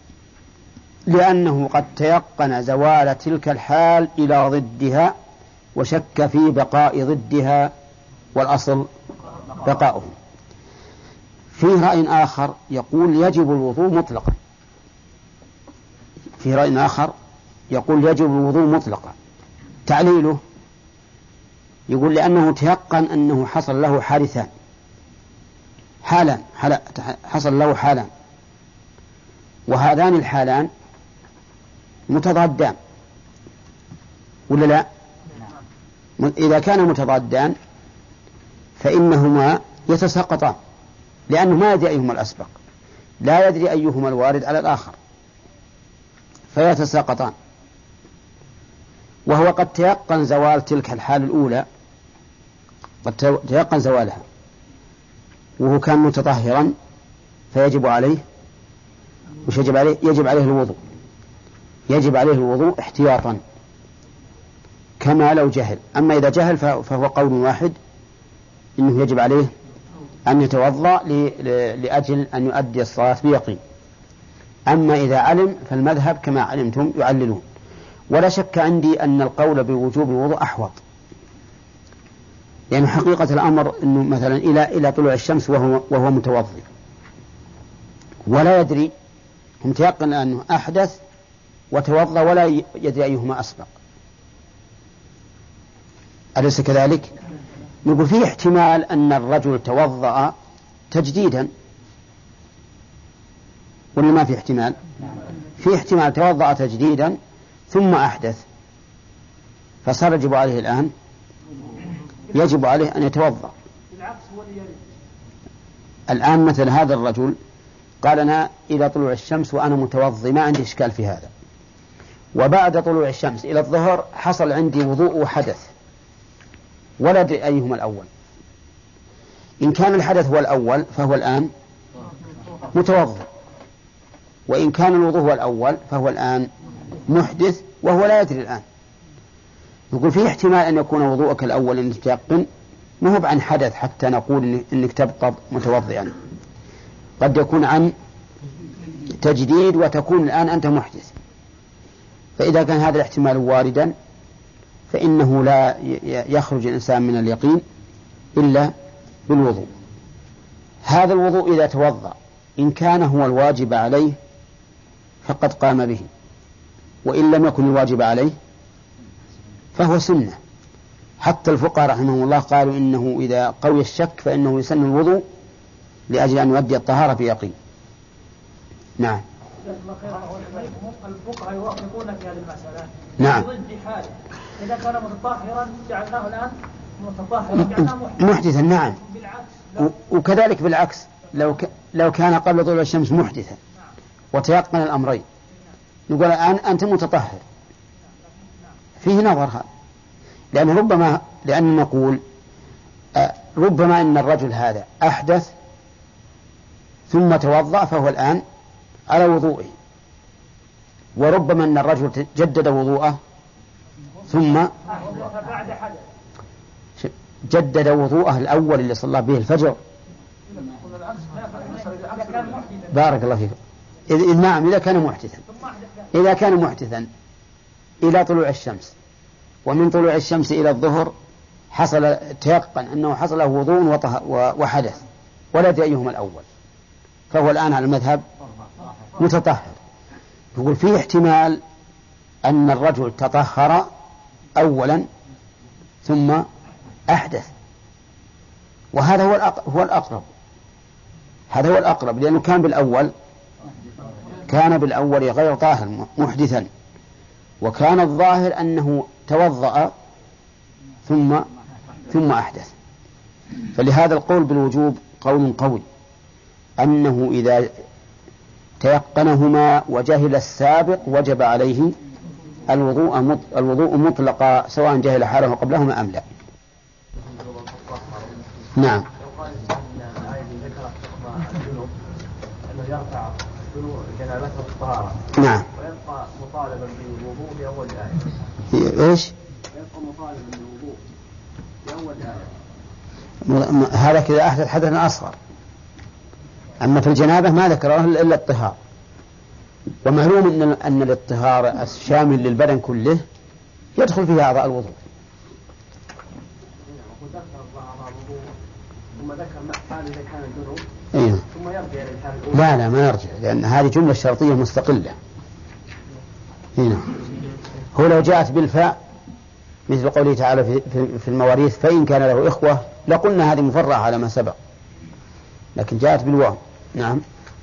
لأنه قد تيقن زوال تلك الحال إلى ضدها وشك في بقاء ضدها والأصل بقاؤه. فيه رأي آخر يقول يجب الوضوء مطلقا. فيه رأي آخر يقول يجب الوضوء مطلقا. تعليله يقول لأنه تيقن أنه حصل له حادثان حالا حصل له حالان وهذان الحالان متضادان ولا لا؟ إذا كان متضادان فإنهما يتساقطان لأنه ما يدري أيهما الأسبق لا يدري أيهما الوارد على الآخر فيتساقطان. وهو قد تيقن زوال تلك الحال الأولى قد تيقن زوالها وهو كان متطهرا فيجب عليه وش يجب عليه؟ يجب عليه الوضوء يجب عليه الوضوء احتياطا كما لو جهل. أما إذا جهل فهو قول واحد إنه يجب عليه أن يتوضأ لأجل أن يؤدي الصلاة بيقين. أما إذا علم فالمذهب كما علمتم يعللون. ولا شك عندي أن القول بوجوب الوضوء أحوط لأن يعني حقيقة الأمر أنه مثلا إلى إلى طلوع الشمس وهو, وهو متوضئ ولا يدري هم تيقن أنه أحدث وتوضأ ولا يدري أيهما أسبق. أليس كذلك؟ نقول فيه احتمال أن الرجل توضأ تجديدا ولا ما في احتمال؟ في احتمال توضأ تجديدا ثم أحدث فصار يجب عليه الآن يجب عليه أن يتوضأ. الآن مثل هذا الرجل قال أنا إلى طلوع الشمس وأنا متوضئ ما عندي إشكال في هذا وبعد طلوع الشمس إلى الظهر حصل عندي وضوء وحدث ولا أدري أيهما الأول. إن كان الحدث هو الأول فهو الآن متوضئ وإن كان الوضوء هو الأول فهو الآن محدث وهو لا يدري الآن. نقول فيه احتمال أن يكون وضوءك الأول إن تيقن ما هو عن حدث حتى نقول إنك تبقى متوضئا قد يكون عن تجديد وتكون الآن أنت محدث. فإذا كان هذا الاحتمال واردا فإنه لا يخرج الإنسان من اليقين إلا بالوضوء. هذا الوضوء إذا توضأ إن كان هو الواجب عليه فقد قام به وإن لم يكن الواجب عليه فهو سنة. حتى الفقهاء رحمهم الله قالوا إنه إذا قوي الشك فإنه يسن الوضوء لأجل أن يؤدي الطهارة في يقين. نعم. الفقهاء يوافقون في هذه المسألة. نعم. ضد حاله إذا كان متطهرا جعلناه الآن متطهرا جعلناه محدثا. نعم. بالعكس وكذلك بالعكس لو ك... لو كان قبل طلوع الشمس محدثا وتيقن الأمرين نقول الآن أنت متطهر فيه نظر هذا لأن ربما لأن نقول ربما أن الرجل هذا أحدث ثم توضأ فهو الآن على وضوئه وربما أن الرجل جدد وضوءه ثم جدد وضوءه الأول اللي صلى به الفجر. بارك الله فيك. إذ نعم إذا كان محدثا إذا كان محدثا إلى طلوع الشمس ومن طلوع الشمس إلى الظهر حصل تيقن أنه حصل له وضوء وحدث ولا يدري أيهما الأول فهو الآن على المذهب متطهر. يقول فيه احتمال أن الرجل تطهر أولا ثم أحدث وهذا هو هو الأقرب هذا هو الأقرب لأنه كان بالأول كان بالأول غير طاهر محدثا وكان الظاهر أنه توضأ ثم ثم أحدث. فلهذا القول بالوجوب قول قوي أنه إذا تيقنهما وجهل السابق وجب عليه الوضوء مط... الوضوء مطلقا سواء جهل حاله قبلهما أم لا. نعم. لو قال إن الآية ذكرت حكم الجنوب أنه يرفع جنابته الطهارة. نعم. ويبقى مطالبا بالوضوء في أول الآية. إيش؟ يبقى مطالبا بالوضوء في أول م... الآية. هذا كذا أحدث حدثا أصغر. أما في الجنابة ما ذكره إلا الطهار. ومعلوم أن أن الاطهار الشامل للبدن كله يدخل فيه أعضاء الوضوء. ثم ذكر حال إذا كان الجنوب. أيه. ثم يرجع للحال الأولى. لا لا ما يرجع لأن هذه جملة شرطية مستقلة. هنا هو لو جاءت بالفاء مثل قوله تعالى في في المواريث فإن كان له إخوة لقلنا هذه مفرعة على ما سبق. لكن جاءت بالواو. نعم.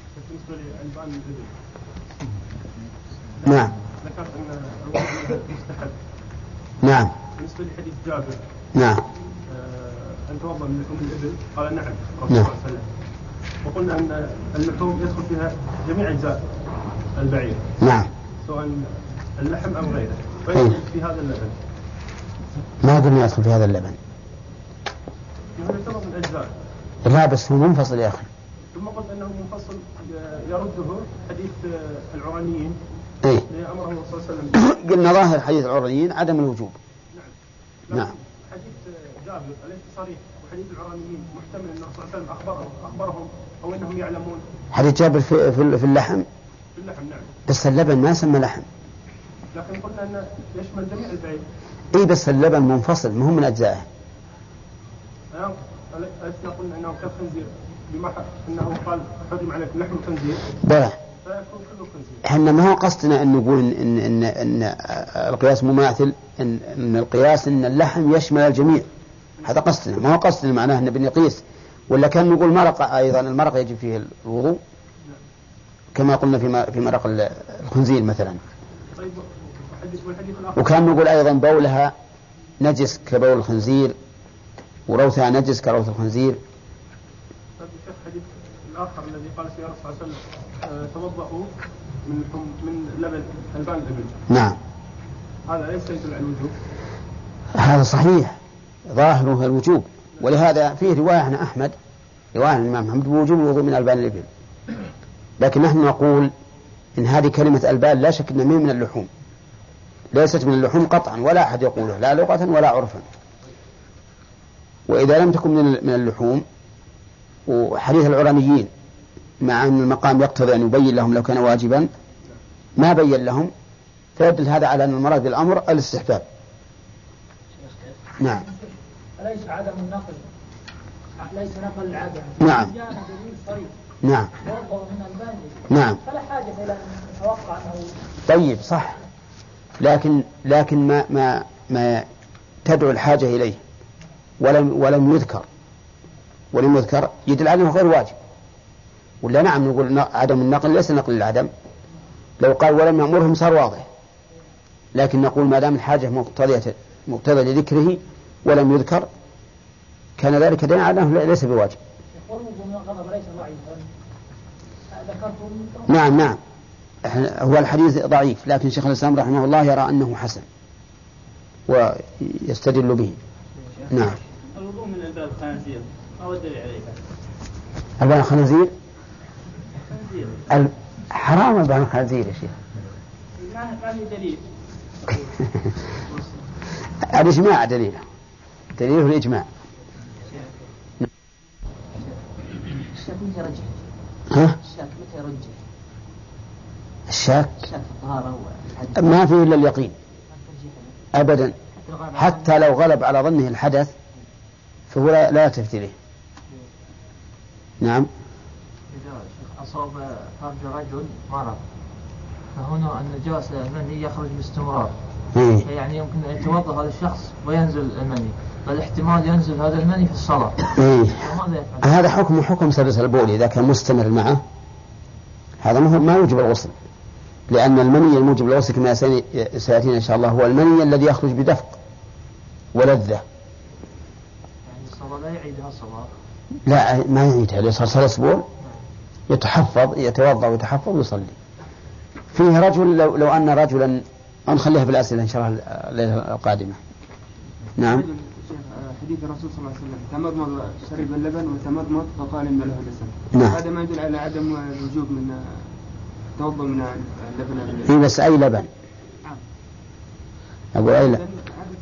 نعم. ذكرت أن الوضوء مستحب. نعم. بالنسبة لحديث جابر. نعم. أن توضأ من لحوم الإبل قال نعم رسول الله صلى الله عليه وسلم. وقلنا أن اللحوم يدخل فيها جميع أجزاء البعير. نعم. سواء اللحم أم غيره. أيه. فيدخل في هذا اللبن. ما قلنا يدخل في هذا اللبن. يعتبر من أجزاء. لا بس هو منفصل يا أخي. ثم قلت أنه منفصل يرده حديث العرانيين. إيه. لأمره صلى الله عليه وسلم. قلنا ظاهر حديث العرانيين عدم الوجوب. نعم. نعم. حديث جابر أليس صريح وحديث العرانيين محتمل أنه صلى الله عليه وسلم أخبرهم أخبرهم أو أنهم يعلمون. حديث جابر في في في اللحم. في اللحم نعم. بس اللبن ما سمى لحم. لكن قلنا أنه يشمل جميع البعير. إيه بس اللبن منفصل مهم من أجزائه. ألسنا قلنا أنه كالخنزير بما أنه قال حرم عليكم لحم الخنزير. بلى. فيكون كله خنزير. إحنا ما هو قصدنا أن نقول إن إن إن القياس مماثل إن إن القياس إن اللحم يشمل الجميع. هذا قصدنا ما هو قصدنا معناه أن بنقيس ولا كان نقول مرق أيضا المرق يجب فيه الوضوء كما قلنا في في مرق الخنزير مثلا. طيب والحديث الآخر. وكان نقول أيضا بولها نجس كبول الخنزير وروثها نجس كروث الخنزير. طيب الشيخ الحديث الآخر الذي قال فيه الرسول صلى الله عليه وسلم توضأوا من من لبن ألبان الإبل. نعم. هذا ليس يدل على الوجوب. هذا صحيح ظاهره الوجوب ولهذا فيه رواية عن أحمد رواية عن الإمام أحمد بوجوب الوضوء من ألبان الإبل. لكن نحن نقول إن هذه كلمة ألبان لا شك أنها من اللحوم ليست من اللحوم قطعا ولا أحد يقوله لا لغة ولا عرفا. وإذا لم تكن من اللحوم وحديث العرانيين مع أن المقام يقتضي أن يبين لهم لو كان واجبا ما بين لهم فيدل هذا على أن المراد بالأمر الاستحباب. نعم. أليس عدم النقل ليس نقل العدم. نعم. نعم. نعم. فلا حاجة إلى أن نتوقع أنه. طيب صح لكن لكن ما ما ما تدعو الحاجة إليه ولم ولم يذكر ولم يذكر يدل على أنه غير واجب. ولا نعم نقول عدم النقل ليس نقل العدم لو قال ولم يأمرهم صار واضح. لكن نقول ما دام الحاجة مقتضية مقتضى لذكره ولم يذكر كان ذلك دليل على أنه ليس بواجب. نعم نعم هو الحديث ضعيف لكن شيخ الإسلام رحمه الله يرى أنه حسن ويستدل به. نعم. الوضوء من الباب الخنازير ما هو الدليل عليه؟ ألبان الخنازير حرام ألبان الخنازير يا شيخ. ما ما في دليل. الإجماع دليله دليله الإجماع. الشاك متى يرجح؟ ها؟ الشاك متى يرجح؟ الشاك الشاك الطهارة هو ما فيه إلا اليقين أبدا حتى لو غلب على ظنه الحدث فهو لا, لا تفتي له. نعم. إذا أصاب فرج رجل مرض فهنا النجاسة المني يخرج باستمرار. إيه؟ يعني يمكن أن يتوضأ هذا الشخص وينزل المني فالاحتمال ينزل هذا المني في الصلاة. إيه؟ هذا حكم حكم سلسل البول إذا كان مستمر معه هذا ما يوجب الغسل لأن المني الموجب للغسل كما سيأتينا إن شاء الله هو المني الذي يخرج بدفق ولذة. يعني الصلاة لا يعيدها الصلاة. لا ما يعيدها لو صار سلس بول يتحفظ يتوضأ ويتحفظ ويصلي. فيه رجل لو, لو أن رجلا أو نخليها في الأسئلة إن شاء الله الليلة القادمة. نعم. حديث الرسول صلى الله عليه وسلم تمضمض شرب اللبن وتمضمض فقال إن له دسم. نعم. هذا ما يدل على عدم الوجوب من توضؤ من اللبن. إيه بس أي لبن؟ أقول أي لبن؟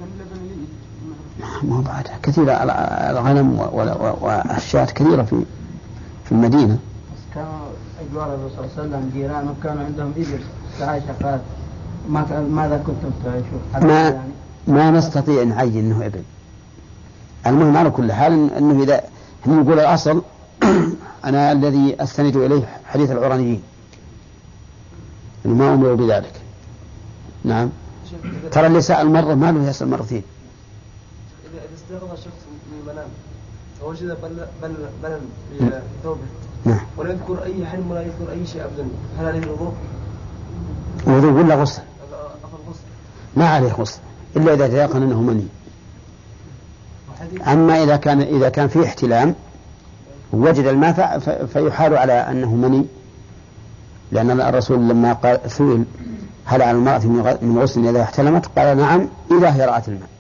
ما هو بعدها كثيرة الغنم والشاة كثيرة في في المدينة. كانوا أجوار الرسول صلى الله عليه وسلم جيرانه كانوا عندهم إبل. عائشة قالت ماذا كنتم تعيشون؟ ما يعني ما نستطيع نعين إنه إبل. المهم على كل حال إنه إذا احنا نقول الأصل أنا الذي أستند إليه حديث العرانيين ما أمروا بذلك. نعم. ترى اللي سأل مرة ما له يسأل مرتين. إذا استيقظ شخص من المنام ووجد بل بل في ثوبه نعم. ولا يذكر أي حلم ولا يذكر أي شيء أبدا، هل عليه الوضوء؟ الوضوء ولا غسل؟ غسل. ما عليه غسل إلا إذا تيقن أنه مني. أما إذا كان إذا كان فيه احتلام وجد الماء فيحال على أنه مني، لأن الرسول لما قال سئل هل على المرأة من غسل إذا احتلمت قال نعم إذا هي رأت الماء.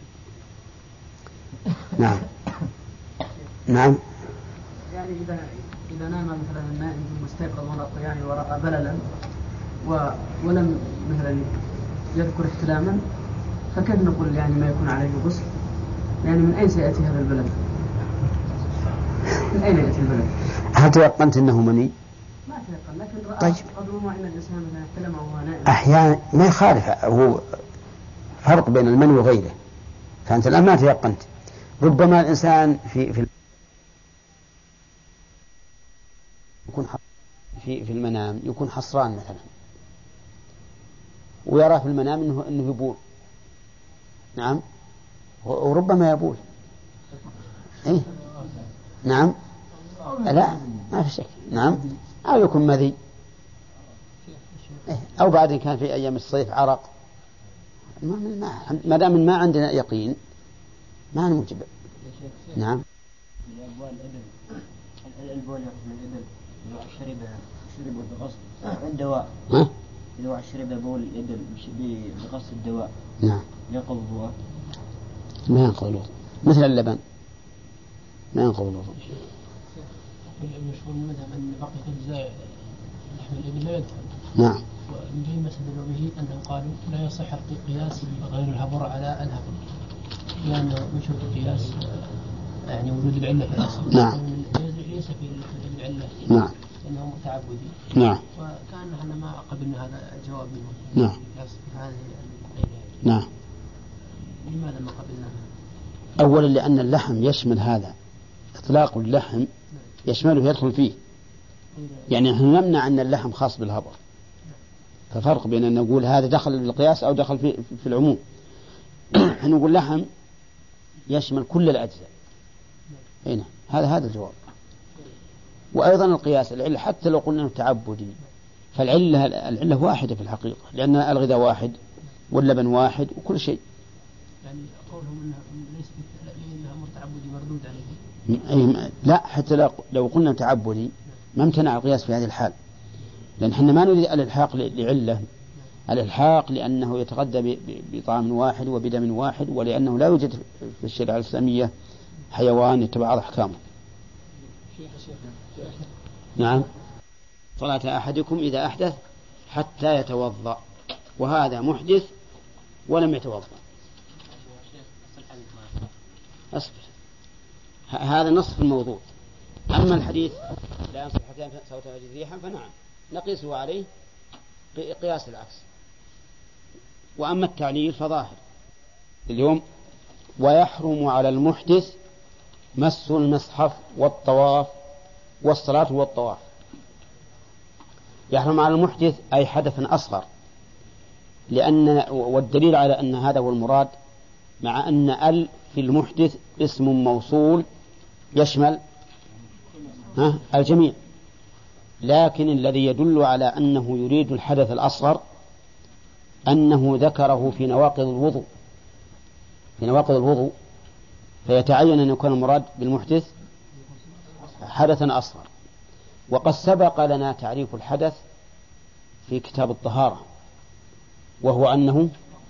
نعم. نعم. يعني إذا إذا نام مثلا النائم مستيقظ يعني ورأى بللا ولم مثلا يذكر احتلاما فكيف نقول يعني ما يكون عليه غسل؟ يعني من أين سيأتي هذا البلد؟ من أين يأتي البلد؟ هل تيقنت أنه مني؟ ما تيقن، لكن رأى طيب. ربما إن الإنسان مثلا احتلم وهو نائم. أحيانا ما يخالف، هو فرق بين المني وغيره. فأنت الآن ما تيقنت، ربما الإنسان في في يكون في في المنام يكون حصران مثلا ويرى في المنام إنه إنه يبول. نعم. وربما يبول. إيه؟ نعم. لا ما في شك. نعم. أو يكون مذي. إيه؟ أو بعد كان في أيام الصيف عرق. ما دام ما عندنا يقين ما نوجب. نعم. البول من الإبل إذا شرب شرب بغسل الدواء. ها؟ إذا شرب بول الإبل بغسل الدواء. نعم. ينقض الوضوء. ما ينقض الوضوء مثل اللبن ما ينقض الوضوء. المشهور المذهب أن بقية أجزاء لحم الإبل لا يدخل. نعم. ومن استدلوا به أنهم قالوا لا يصح القياس غير الهبر على الهبر لأنه من شرط القياس يعني وجود العلة في الأصل. نعم. ليس في العلة. نعم. لأنه متعبدي. نعم. وكان احنا ما قبلنا هذا الجواب منه. نعم. هذه نعم. لماذا ما قبلنا؟ أولا لأن اللحم يشمل هذا، إطلاق اللحم يشمله يدخل فيه، يعني نحن نمنع أن اللحم خاص بالهبر، ففرق بين أن نقول هذا دخل بالقياس أو دخل في, في العموم. نحن نقول لحم يشمل كل الأجزاء. هنا هذا هذا الجواب. وأيضا القياس العلة حتى لو قلنا تعبدي فالعلة العلة واحدة في الحقيقة، لأن الغذاء واحد واللبن واحد وكل شيء. يعني قولهم إنها ليس إنها أمر تعبدي مردود عليه. أي لا، حتى لو قلنا تعبدي ما امتنع القياس في هذه الحال، لأن احنا ما نريد الإلحاق لعلة، الإلحاق لأنه يتغذى بطعام واحد وبدم واحد، ولأنه لا يوجد في الشريعة الإسلامية حيوان يتبع أحكامه. نعم. صلاة أحدكم إذا أحدث حتى يتوضأ، وهذا محدث ولم يتوضأ. أصبر، هذا نصف الموضوع. أما الحديث لا ينصح حتى سوف تجد ريحا فنعم نقيسه عليه قياس العكس. وأما التعليل فظاهر اليوم: ويحرم على المحدث مس المصحف والطواف والصلاة والطواف. يحرم على المحدث أي حدثا أصغر، لأن والدليل على أن هذا هو المراد مع أن ال في المحدث اسم موصول يشمل ها الجميع، لكن الذي يدل على أنه يريد الحدث الأصغر أنه ذكره في نواقض الوضوء في نواقض الوضوء فيتعين أن يكون المراد بالمحدث حدثا أصغر. وقد سبق لنا تعريف الحدث في كتاب الطهارة، وهو أنه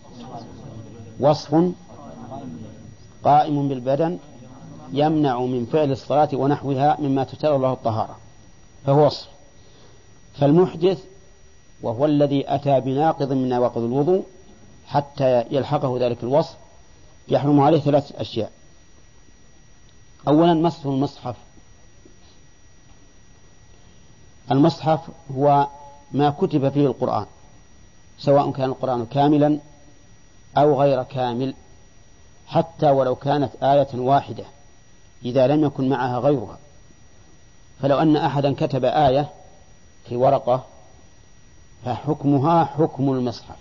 وصف قائم بالبدن يمنع من فعل الصلاة ونحوها مما تشترط له الطهارة، فهو وصف. فالمحدث وهو الذي أتى بناقض من نواقض الوضوء حتى يلحقه ذلك الوصف يحرم عليه ثلاث أشياء. أولا مسح المصحف. المصحف هو ما كتب فيه القرآن، سواء كان القرآن كاملا أو غير كامل، حتى ولو كانت آية واحدة إذا لم يكن معها غيرها. فلو أن أحدا كتب آية في ورقة فحكمها حكم المصحف.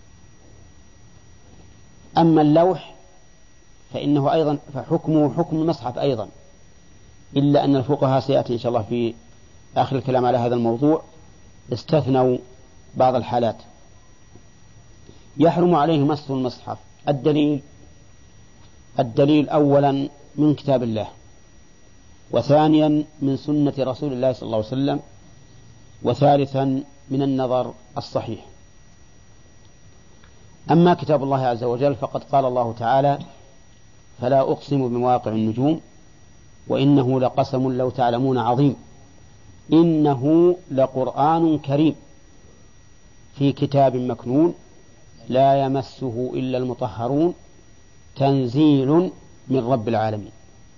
أما اللوح فإنه أيضا فحكمه حكم المصحف أيضا، إلا أن الفقهاء سيأتي إن شاء الله في آخر الكلام على هذا الموضوع استثنوا بعض الحالات. يحرم عليه مسح المصحف. الدليل الدليل أولا من كتاب الله، وثانيا من سنة رسول الله صلى الله عليه وسلم، وثالثا من النظر الصحيح. أما كتاب الله عز وجل فقد قال الله تعالى: فلا أقسم بمواقع النجوم وإنه لقسم لو تعلمون عظيم إنه لقرآن كريم في كتاب مكنون لا يمسه إلا المطهرون تنزيل من رب العالمين.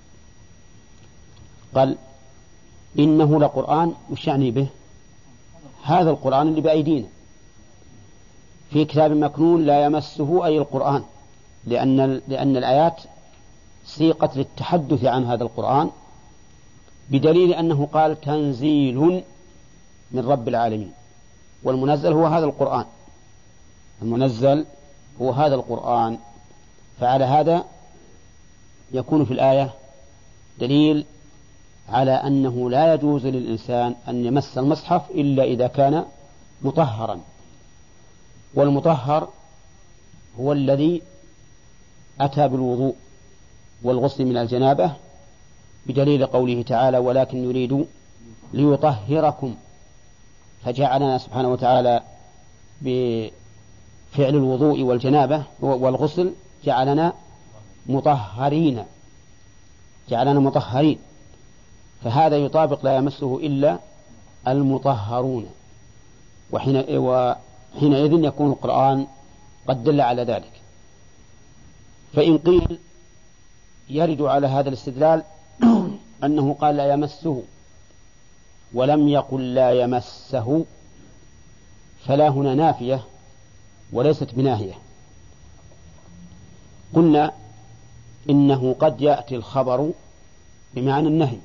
قال إنه لقرآن، وش يعني به؟ هذا القرآن اللي بأيدينا في كتاب مكنون لا يمسه أي القرآن، لأن, لأن الآيات سيقت للتحدث عن هذا القرآن، بدليل أنه قال تنزيل من رب العالمين، والمنزل هو هذا القرآن، المنزل هو هذا القرآن. فعلى هذا يكون في الآية دليل على أنه لا يجوز للإنسان أن يمس المصحف إلا إذا كان مطهرا، والمطهر هو الذي أتى بالوضوء والغسل من الجنابة، بدليل قوله تعالى: ولكن يريد ليطهركم، فجعلنا سبحانه وتعالى بفعل الوضوء والجنابة والغسل جعلنا مطهرين جعلنا مطهرين فهذا يطابق لا يمسه إلا المطهرون، وحين وحينئذ يكون القرآن قد دل على ذلك. فإن قيل يرد على هذا الاستدلال أنه قال لا يمسه ولم يقل لا يمسه، فلا هنا نافية وليست بناهية. قلنا إنه قد يأتي الخبر بمعنى النهي،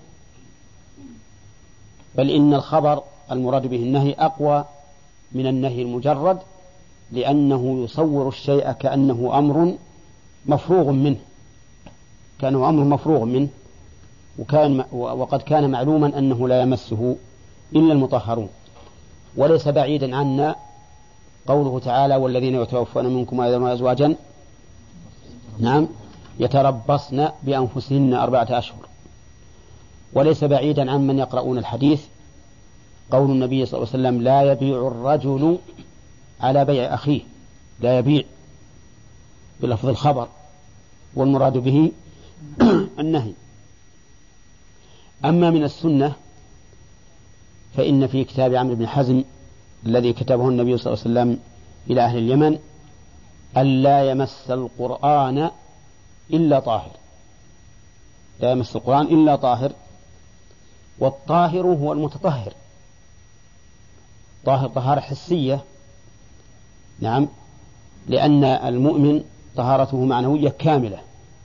بل إن الخبر المراد به النهي أقوى من النهي المجرد، لأنه يصور الشيء كأنه أمر مفروغ منه كأنه أمر مفروغ منه وكان وقد كان معلوما أنه لا يمسه إلا المطهرون. وليس بعيدا عنا قوله تعالى: والذين يتوفون منكم ويذرون أزواجا نعم يتربصن بأنفسهن أربعة أشهر. وليس بعيدا عن من يقرؤون الحديث قول النبي صلى الله عليه وسلم: لا يبيع الرجل على بيع أخيه، لا يبيع بلفظ الخبر، والمراد به النهي. أما من السنة فإن في كتاب عمرو بن حزم الذي كتبه النبي صلى الله عليه وسلم إلى أهل اليمن: ألا يمس القرآن إلا طاهر، لا يمس القرآن إلا طاهر. والطاهر هو المتطهر، طاهر طهارة حسية، نعم، لأن المؤمن طهارته معنوية كاملة.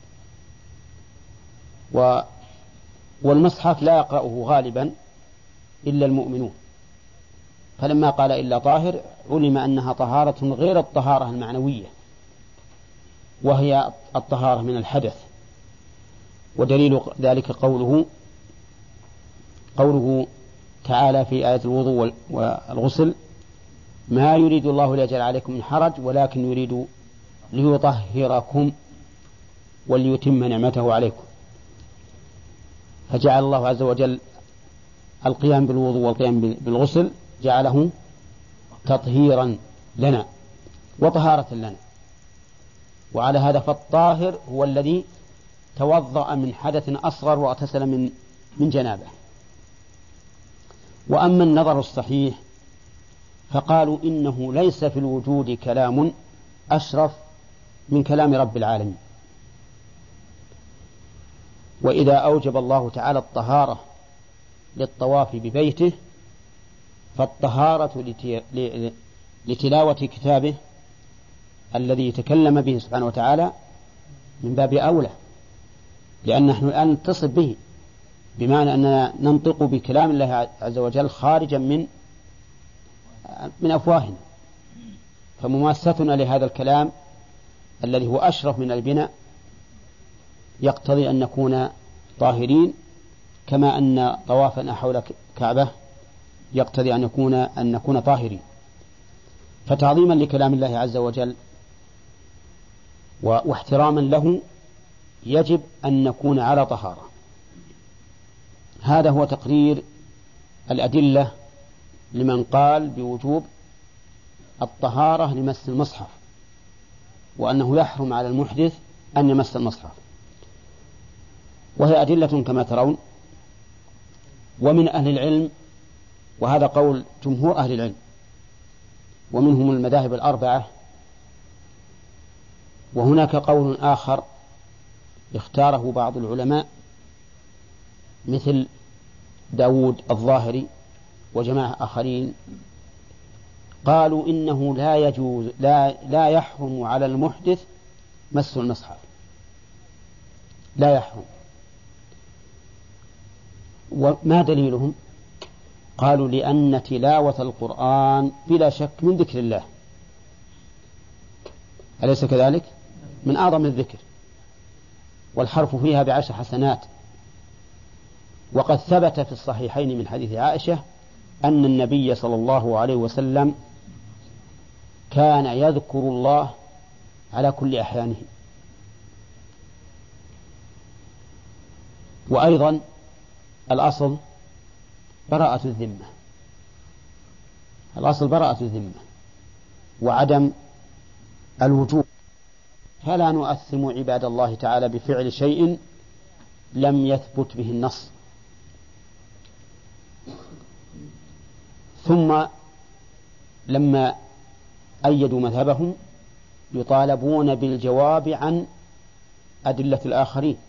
و والمصحف لا يقرأه غالبا إلا المؤمنون، فلما قال إلا طاهر علم أنها طهارة غير الطهارة المعنوية، وهي الطهارة من الحدث. ودليل ذلك قوله قوله تعالى في آية الوضوء والغسل: ما يريد الله ليجعل عليكم من حرج ولكن يريد ليطهركم وليتم نعمته عليكم. فجعل الله عز وجل القيام بالوضوء والقيام بالغسل جعله تطهيرا لنا، وطهارة لنا. وعلى هذا فالطاهر هو الذي توضأ من حدث أصغر واغتسل من من جنابه. وأما النظر الصحيح فقالوا إنه ليس في الوجود كلام أشرف من كلام رب العالمين. وإذا أوجب الله تعالى الطهارة للطواف ببيته فالطهارة لتلاوة كتابه الذي تكلم به سبحانه وتعالى من باب أولى، لأن نحن الآن نتصف به، بمعنى أننا ننطق بكلام الله عز وجل خارجا من من أفواهنا، فمماستنا لهذا الكلام الذي هو أشرف من البناء يقتضي أن نكون طاهرين، كما أن طوافنا حول الكعبة يقتضي أن يكون أن نكون طاهرين. فتعظيما لكلام الله عز وجل واحتراما له يجب أن نكون على طهارة. هذا هو تقرير الأدلة لمن قال بوجوب الطهارة لمس المصحف، وأنه يحرم على المحدث أن يمس المصحف، وهي أدلة كما ترون. ومن أهل العلم، وهذا قول جمهور أهل العلم ومنهم المذاهب الأربعة، وهناك قول آخر اختاره بعض العلماء مثل داود الظاهري وجماعة آخرين، قالوا إنه لا يجوز لا, لا يحرم على المحدث مس المصحف، لا يحرم. وما دليلهم؟ قالوا لأن تلاوة القرآن بلا شك من ذكر الله، أليس كذلك؟ من أعظم الذكر، والحرف فيها بعشر حسنات. وقد ثبت في الصحيحين من حديث عائشة أن النبي صلى الله عليه وسلم كان يذكر الله على كل أحيانه. وأيضا الأصل براءة الذمة، الأصل براءة الذمة وعدم الوجوب، فلا نؤثم عباد الله تعالى بفعل شيء لم يثبت به النص. ثم لما أيدوا مذهبهم يطالبون بالجواب عن أدلة الآخرين،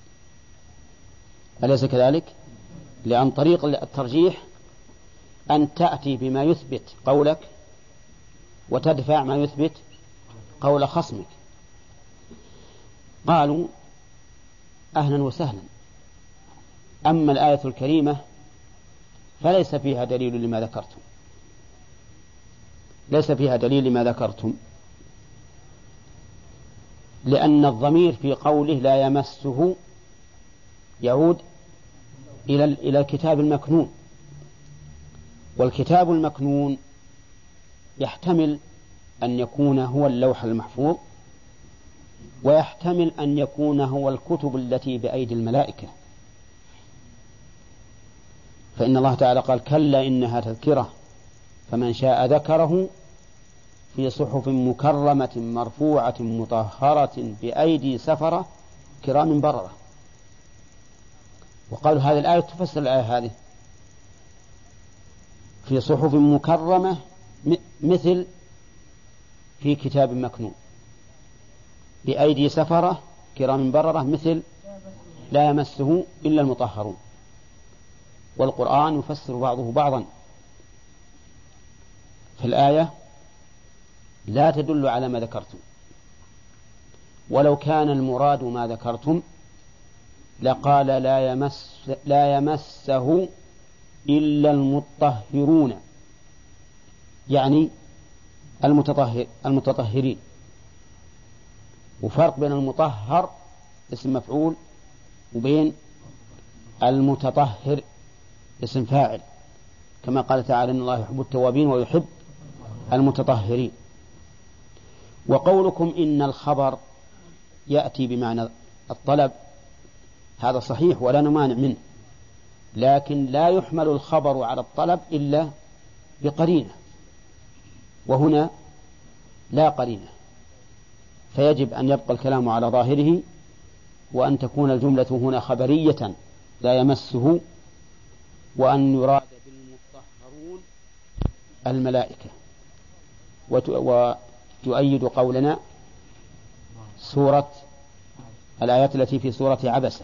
أليس كذلك؟ لأن طريق الترجيح أن تأتي بما يثبت قولك وتدفع ما يثبت قول خصمك. قالوا أهلا وسهلا، أما الآية الكريمة فليس فيها دليل لما ذكرتم، ليس فيها دليل لما ذكرتم، لأن الضمير في قوله لا يمسه يعود إلى إلى الكتاب المكنون، والكتاب المكنون يحتمل أن يكون هو اللوح المحفوظ، ويحتمل أن يكون هو الكتب التي بأيدي الملائكة، فإن الله تعالى قال كلا إنها تذكرة فمن شاء ذكره في صحف مكرمة مرفوعة مطهرة بأيدي سفرة كرام بررة. وقالوا هذه الآية تفسر الآية هذه في صحف مكرمة مثل في كتاب مكنون، بأيدي سفرة كرام بررة مثل لا يمسه إلا المطهرون. والقرآن يفسر بعضه بعضا، فالآية لا تدل على ما ذكرتم، ولو كان المراد ما ذكرتم لقال لا يمس لا يمسه إلا المطهرون، يعني المتطهر المتطهرين. وفرق بين المطهر اسم مفعول وبين المتطهر اسم فاعل، كما قال تعالى إن الله يحب التوابين ويحب المتطهرين. وقولكم إن الخبر يأتي بمعنى الطلب هذا صحيح ولا نمانع منه، لكن لا يحمل الخبر على الطلب إلا بقرينة، وهنا لا قرينة، فيجب أن يبقى الكلام على ظاهره، وأن تكون الجملة هنا خبرية لا يمسه، وأن يراد بالمطهرون الملائكة. وتؤيد قولنا سورة الآيات التي في سورة عبسة.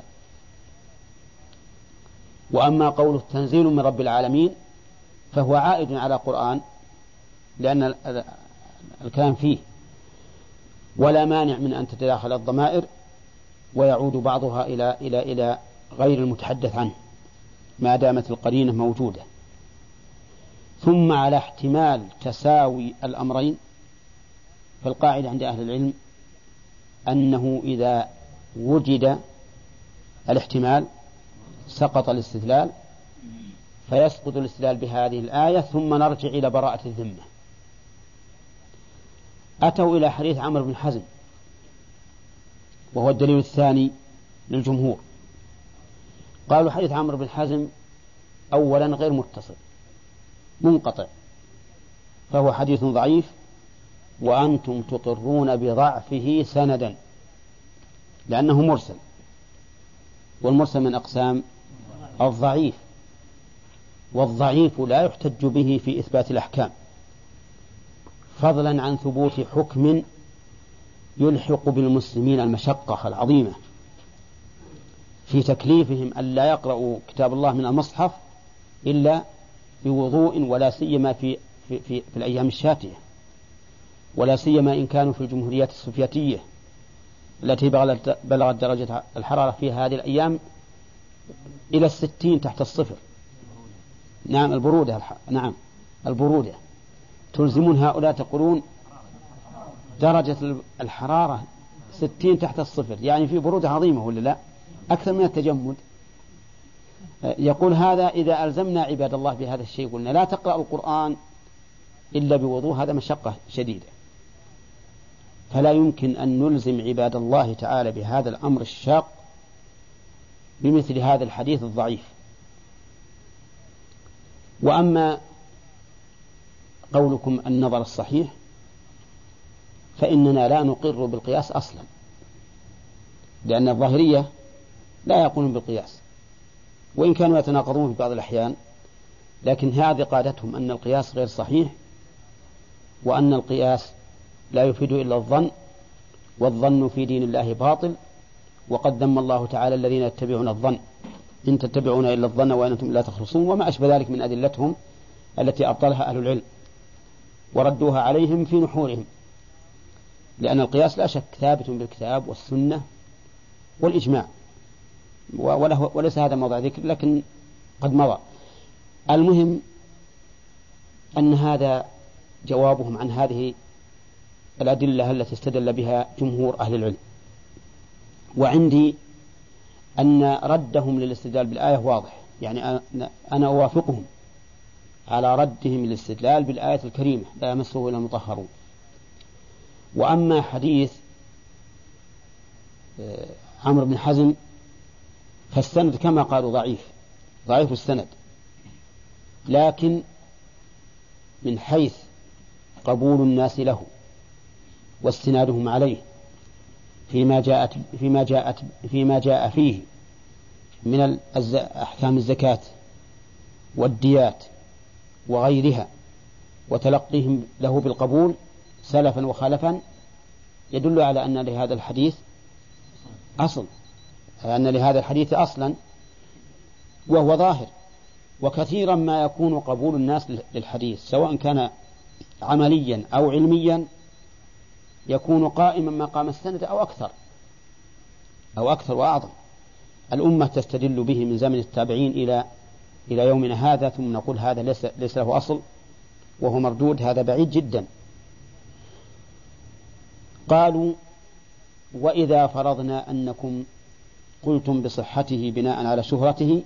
وأما قوله تنزيل من رب العالمين فهو عائد على القرآن، لأن الكلام فيه، ولا مانع من أن تتداخل الضمائر ويعود بعضها إلى إلى إلى غير المتحدث عنه ما دامت القرينة موجودة. ثم على احتمال تساوي الأمرين، فالقاعدة عند أهل العلم أنه إذا وجد الاحتمال سقط الاستدلال، فيسقط الاستدلال بهذه الآية، ثم نرجع إلى براءة الذمة. أتوا إلى حديث عمرو بن حزم، وهو الدليل الثاني للجمهور. قالوا حديث عمرو بن حزم أولا غير متصل، منقطع، فهو حديث ضعيف، وأنتم تقرون بضعفه سندا لأنه مرسل، والمرسل من أقسام الضعيف، والضعيف لا يحتج به في إثبات الأحكام، فضلا عن ثبوت حكم يلحق بالمسلمين المشقة العظيمة في تكليفهم أن لا يقرأوا كتاب الله من المصحف إلا بوضوء، ولا سيما في, في, في, في الأيام الشاتية، ولا سيما إن كانوا في الجمهوريات السوفيتية التي بلغت درجة الحرارة في هذه الأيام إلى الستين تحت الصفر. نعم البرودة، نعم البرودة تلزمون هؤلاء تقولون درجة الحرارة ستين تحت الصفر، يعني في برودة عظيمة ولا لا؟ أكثر من التجمد. يقول هذا إذا ألزمنا عباد الله بهذا الشيء قلنا لا تقرأ القرآن إلا بوضوء، هذا مشقة شديدة، فلا يمكن أن نلزم عباد الله تعالى بهذا الأمر الشاق بمثل هذا الحديث الضعيف. وأما قولكم النظر الصحيح فإننا لا نقر بالقياس أصلا، لأن الظاهرية لا يقولون بالقياس، وإن كانوا يتناقضون في بعض الأحيان، لكن هذه قادتهم أن القياس غير صحيح، وأن القياس لا يفيد إلا الظن، والظن في دين الله باطل، وقد ذم الله تعالى الذين يتبعون الظن إن تتبعون إلا الظن وأنتم لا تخرصون، وما أشبه ذلك من أدلتهم التي أبطلها أهل العلم وردوها عليهم في نحورهم، لأن القياس لا شك ثابت بالكتاب والسنة والإجماع، وله وليس هذا موضع ذكر لكن قد مضى. المهم أن هذا جوابهم عن هذه الأدلة التي استدل بها جمهور أهل العلم. وعندي أن ردهم للاستدلال بالآية واضح، يعني أنا أوافقهم على ردهم للاستدلال بالآية الكريمة لا يمسه إلا المطهرون. وأما حديث عمرو بن حزم فالسند كما قالوا ضعيف، ضعيف السند، لكن من حيث قبول الناس له واستنادهم عليه فيما جاءت فيما جاءت فيما جاء فيه من أحكام الزكاة والديات وغيرها، وتلقيهم له بالقبول سلفا وخلفا، يدل على أن لهذا الحديث أصل، أن لهذا الحديث أصلا وهو ظاهر. وكثيرا ما يكون قبول الناس للحديث سواء كان عمليا أو علميا يكون قائما مقام السند أو أكثر أو أكثر وأعظم. الأمة تستدل به من زمن التابعين إلى إلى يومنا هذا، ثم نقول هذا ليس, ليس له أصل وهو مردود، هذا بعيد جدا. قالوا وإذا فرضنا أنكم قلتم بصحته بناء على شهرته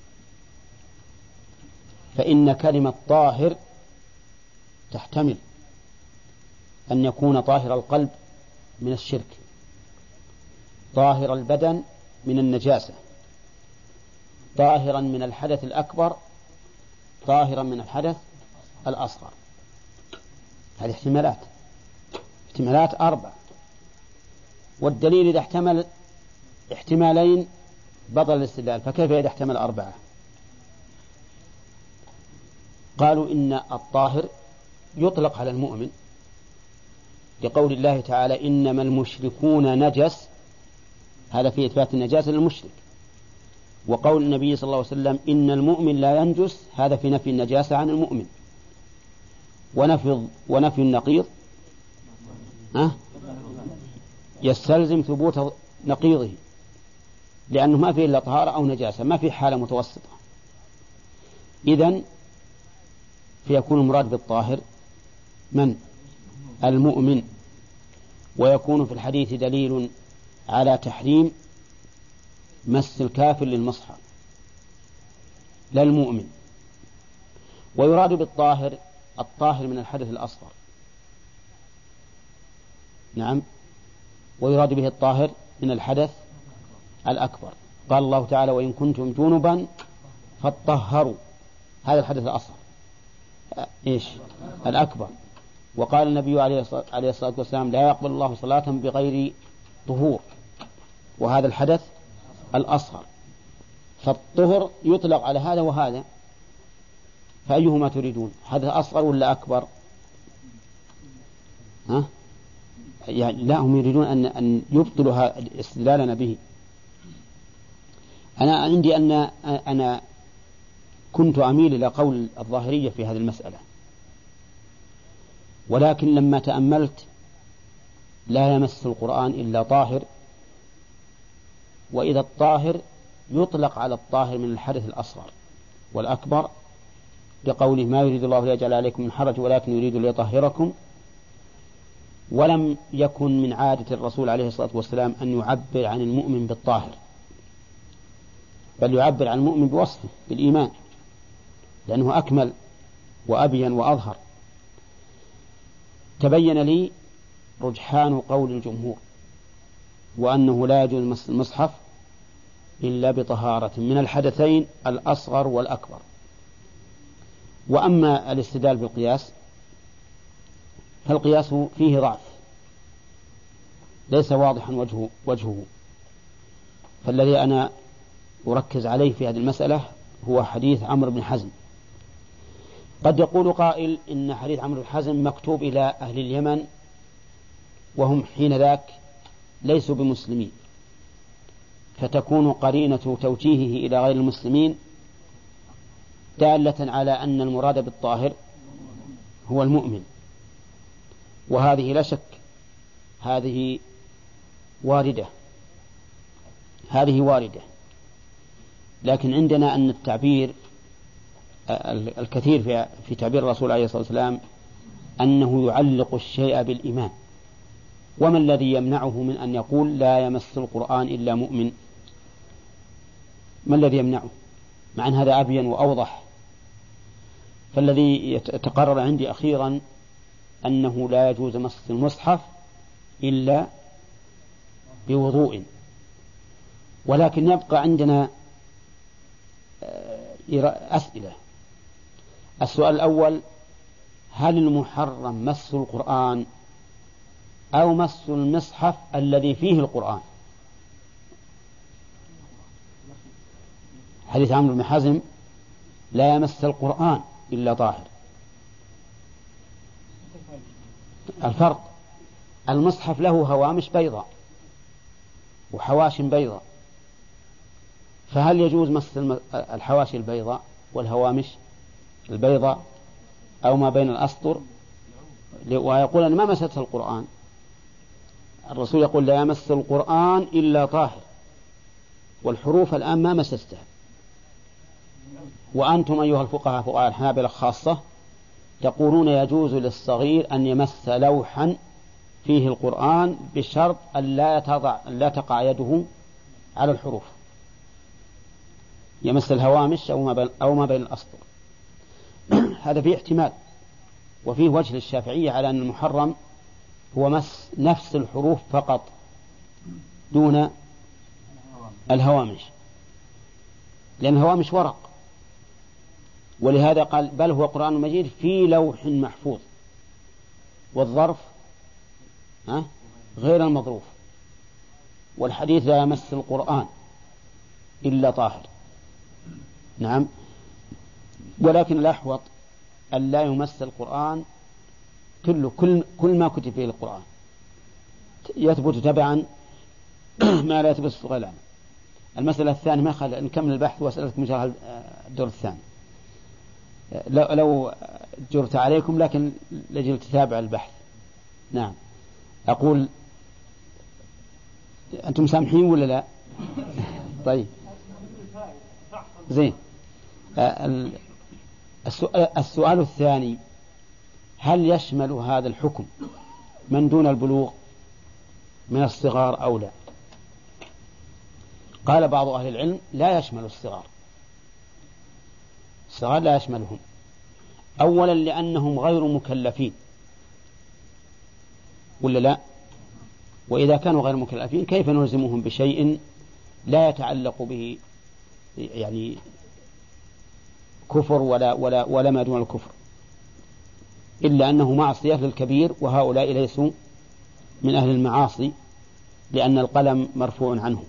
فإن كلمة طاهر تحتمل أن يكون طاهر القلب من الشرك، طاهر البدن من النجاسة، طاهرا من الحدث الأكبر، طاهرا من الحدث الأصغر. هذه احتمالات. احتمالات أربع، والدليل إذا احتمل احتمالين بطل الاستدلال، فكيف إذا احتمل أربعة؟ قالوا إن الطاهر يطلق على المؤمن لقول الله تعالى إنما المشركون نجس، هذا في إثبات النجاسة للمشرك، وقول النبي صلى الله عليه وسلم إن المؤمن لا ينجس، هذا في نفي النجاسة عن المؤمن، ونفي, ونفي النقيض أه؟ يستلزم ثبوت نقيضه، لأنه ما فيه إلا طهارة أو نجاسة، ما فيه حالة متوسطة. إذن فيكون المراد بالطاهر من؟ المؤمن، ويكون في الحديث دليل على تحريم مس الكافر للمصحف لا المؤمن. ويراد بالطاهر الطاهر من الحدث الأصغر، نعم، ويراد به الطاهر من الحدث الأكبر. قال الله تعالى وإن كنتم جنبا فاطهروا، هذا الحدث الأصغر إيش؟ الأكبر. وقال النبي عليه الصلاة والسلام لا يقبل الله صلاة بغير طهور، وهذا الحدث الأصغر. فالطهر يطلق على هذا وهذا، فأيهما تريدون؟ حدث أصغر ولا أكبر؟ ها؟ يعني لا، هم يريدون أن أن يبطلوا استدلالنا به. أنا عندي أن أنا كنت أميل إلى قول الظاهرية في هذه المسألة، ولكن لما تأملت لا يمس القرآن إلا طاهر، وإذا الطاهر يطلق على الطاهر من الحدث الأصغر والأكبر، لقوله ما يريد الله ليجعل عليكم من حرج ولكن يريد ليطهركم. ولم يكن من عادة الرسول عليه الصلاة والسلام أن يعبر عن المؤمن بالطاهر، بل يعبر عن المؤمن بوصفه بالإيمان، لأنه أكمل وأبين وأظهر. تبين لي رجحان قول الجمهور، وأنه لا يجوز مس المصحف إلا بطهارة من الحدثين الأصغر والأكبر. وأما الاستدلال بالقياس فالقياس فيه ضعف، ليس واضحا وجهه, وجهه فالذي أنا أركز عليه في هذه المسألة هو حديث عمرو بن حزم. قد يقول قائل إن حديث عمرو بن حزم مكتوب إلى أهل اليمن وهم حين ذاك ليسوا بمسلمين، فتكون قرينة توجيهه إلى غير المسلمين دالة على أن المراد بالطاهر هو المؤمن، وهذه لا شك هذه واردة هذه واردة لكن عندنا أن التعبير الكثير في تعبير الرسول عليه الصلاة والسلام أنه يعلق الشيء بالإيمان، وما الذي يمنعه من أن يقول لا يمس القرآن إلا مؤمن؟ ما الذي يمنعه؟ مع أن هذا أبين وأوضح. فالذي يتقرر عندي أخيرا أنه لا يجوز مس المصحف إلا بوضوء. ولكن يبقى عندنا أسئلة. السؤال الأول: هل المحرم مس القرآن أو مس المصحف الذي فيه القرآن؟ حديث عمرو بن حزم لا يمس القرآن إلا طاهر. الفرق: المصحف له هوامش بيضاء وحواشم بيضاء، فهل يجوز مس الحواشي البيضاء والهوامش البيضاء أو ما بين الأسطر؟ ويقول أن ما مسته القرآن. الرسول يقول لا يمس القرآن إلا طاهر، والحروف الآن ما مسستها. وأنتم أيها الفقهاء فقهاء الحنابلة خاصة تقولون يجوز للصغير أن يمس لوحا فيه القرآن بشرط أن لا تضع أن لا تقع يده على الحروف، يمس الهوامش أو ما بين, أو ما بين الأسطر. هذا فيه احتمال، وفيه وجه للشافعية على أن المحرم هو مس نفس الحروف فقط دون الهوامش، لأن الهوامش ورق، ولهذا قال بل هو قرآن مجيد في لوح محفوظ، والظرف ها؟ غير المظروف. والحديث لا يمس القرآن إلا طاهر. نعم. ولكن الأحوط أن لا يمس القرآن كله، كل, كل ما كتب فيه القرآن يثبت تبعا ما لا يثبت غير العمل. المسألة الثانية ما خلى نكمل البحث وأسألك مجرى الدور الثاني لو, لو جرت عليكم، لكن لجل تتابع البحث. نعم. أقول أنتم سامحين ولا لا؟ طيب زين. السؤال الثاني: هل يشمل هذا الحكم من دون البلوغ من الصغار أو لا؟ قال بعض أهل العلم: لا يشمل الصغار، الصغار لا يشملهم. أولا لأنهم غير مكلفين، ولا لا؟ وإذا كانوا غير مكلفين كيف نلزمهم بشيء لا يتعلق به يعني كفر ولا, ولا, ولا ما دون الكفر، إلا أنه معصية للكبير، وهؤلاء ليسوا من أهل المعاصي لأن القلم مرفوع عنهم.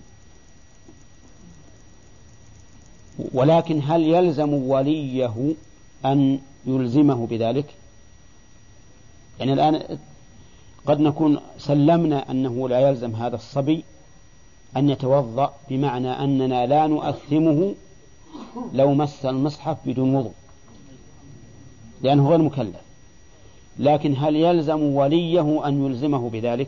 ولكن هل يلزم وليه أن يلزمه بذلك؟ يعني الآن قد نكون سلمنا أنه لا يلزم هذا الصبي أن يتوضأ، بمعنى أننا لا نؤثمه لو مس المصحف بدون وضوء لأنه غير مكلف. لكن هل يلزم وليه أن يلزمه بذلك؟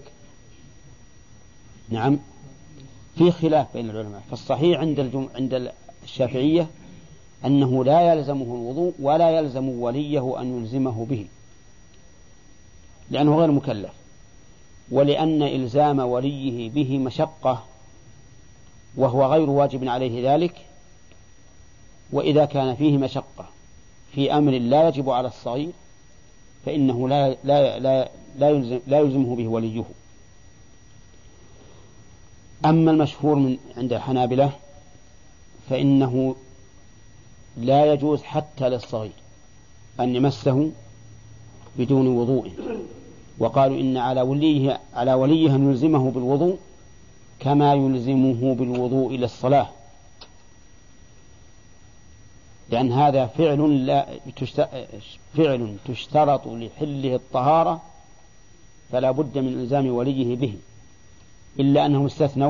نعم، في خلاف بين العلماء. فالصحيح عند الجم... عند الشافعية أنه لا يلزمه الوضوء ولا يلزم وليه أن يلزمه به لأنه غير مكلف، ولأن إلزام وليه به مشقة وهو غير واجب عليه ذلك. وإذا كان فيه مشقة في أمر لا يجب على الصغير فإنه لا, لا, لا, لا, يلزم لا يلزمه به وليه. أما المشهور من عند الحنابلة فإنه لا يجوز حتى للصغير أن يمسه بدون وضوء، وقالوا إن على وليه على وليه أن يلزمه بالوضوء كما يلزمه بالوضوء إلى الصلاة، لأن هذا فعل لا فعل تشترط لحله الطهارة فلا بد من إلزام وليه به، إلا أنهم استثنوا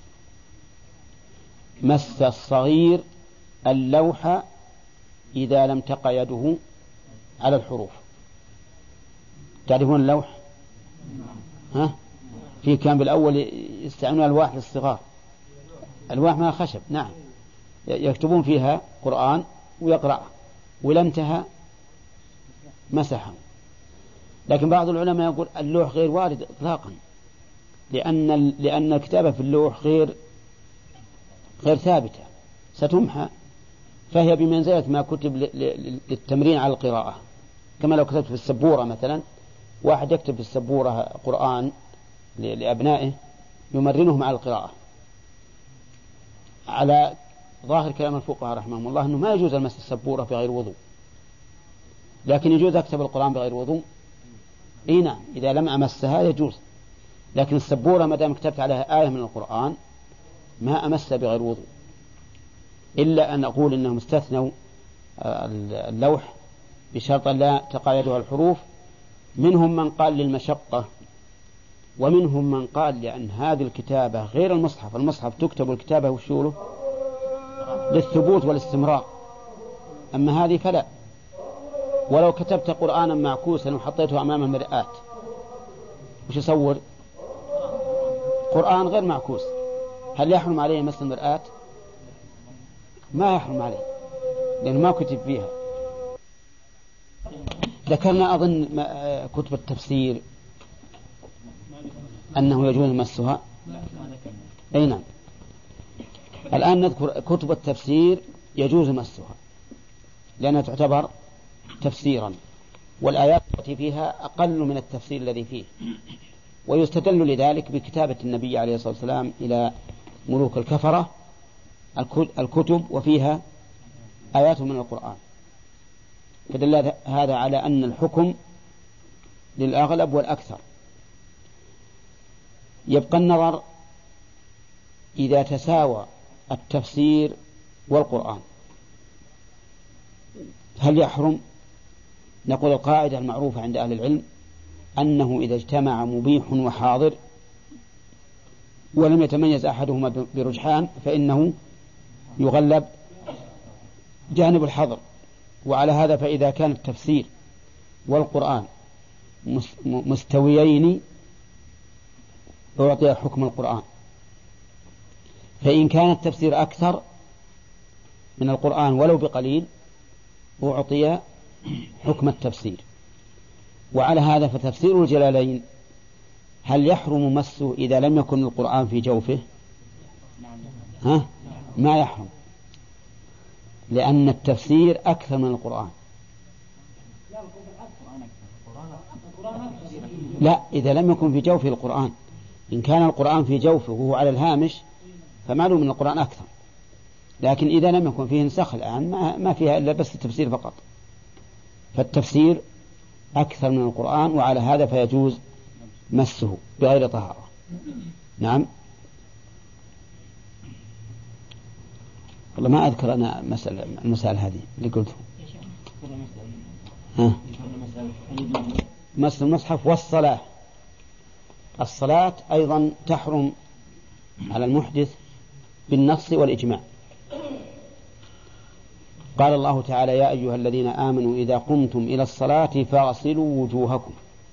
مس الصغير اللوح إذا لم تقع يده على الحروف. تعرفون اللوح؟ ها؟ في كان بالأول يستعملون الواح للصغار، الواح ما خشب، نعم، يكتبون فيها قرآن ويقرأ، وإذا انتهى مسحه. لكن بعض العلماء يقول اللوح غير وارد إطلاقا، لأن لأن الكتابة في اللوح غير غير ثابتة، ستمحى، فهي بمنزلة ما كتب للتمرين على القراءة. كما لو كتبت في السبورة مثلا، واحد يكتب في السبورة قرآن لأبنائه يمرنهم على القراءة، على ظاهر كلام الفقهاء رحمهم الله أنه ما يجوز المس السبورة بغير وضوء، لكن يجوز أكتب القرآن بغير وضوء. إيه نعم، إذا لم أمسها يجوز، لكن السبورة ما دام كتبت عليها آية من القرآن ما أمس بغير وضوء، إلا أن أقول إنهم استثنوا اللوح بشرط لا تقايدها الحروف. منهم من قال للمشقة، ومنهم من قال لأن هذه الكتابة غير المصحف، المصحف تكتب الكتابة وشوله للثبوت والاستمرار، أما هذه فلا. ولو كتبت قرآنا معكوسا وحطيته أمام المرآة وش يصور؟ قرآن غير معكوس، هل يحرم عليه مس المرآة؟ ما يحرم عليه لأنه ما كتب فيها. ذكرنا أظن كتب التفسير أنه يجوز مسها. أي نعم. الآن نذكر كتب التفسير يجوز مسها لأنها تعتبر تفسيرا، والآيات التي فيها أقل من التفسير الذي فيه، ويستدل لذلك بكتابة النبي عليه الصلاة والسلام إلى ملوك الكفرة الكتب وفيها آيات من القرآن، فدل هذا على أن الحكم للأغلب والأكثر. يبقى النظر إذا تساوى التفسير والقرآن هل يحرم؟ نقول القاعدة المعروفة عند أهل العلم أنه إذا اجتمع مبيح وحاضر ولم يتميز أحدهما برجحان فإنه يغلب جانب الحظر. وعلى هذا فإذا كان التفسير والقرآن مستويين أعطي حكم القرآن، فإن كان التفسير أكثر من القرآن ولو بقليل أعطي حكم التفسير. وعلى هذا فتفسير الجلالين هل يحرم مسه إذا لم يكن القرآن في جوفه؟ ها؟ ما يحرم، لأن التفسير أكثر من القرآن. لا، إذا لم يكن في جوفه القرآن. إن كان القرآن في جوفه وهو على الهامش فمعلوم أن القرآن أكثر، لكن إذا لم يكن فيه نسخ الآن ما فيها إلا بس التفسير فقط، فالتفسير أكثر من القرآن، وعلى هذا فيجوز مسه بغير طهارة. نعم. والله ما أذكر أنا مسألة المسألة هذه اللي قلته. ها؟ مس المصحف والصلاة. الصلاة أيضا تحرم على المحدث بالنص والإجماع. قال الله تعالى: يا أيها الذين آمنوا إذا قمتم إلى الصلاة فاغسلوا وجوهكم.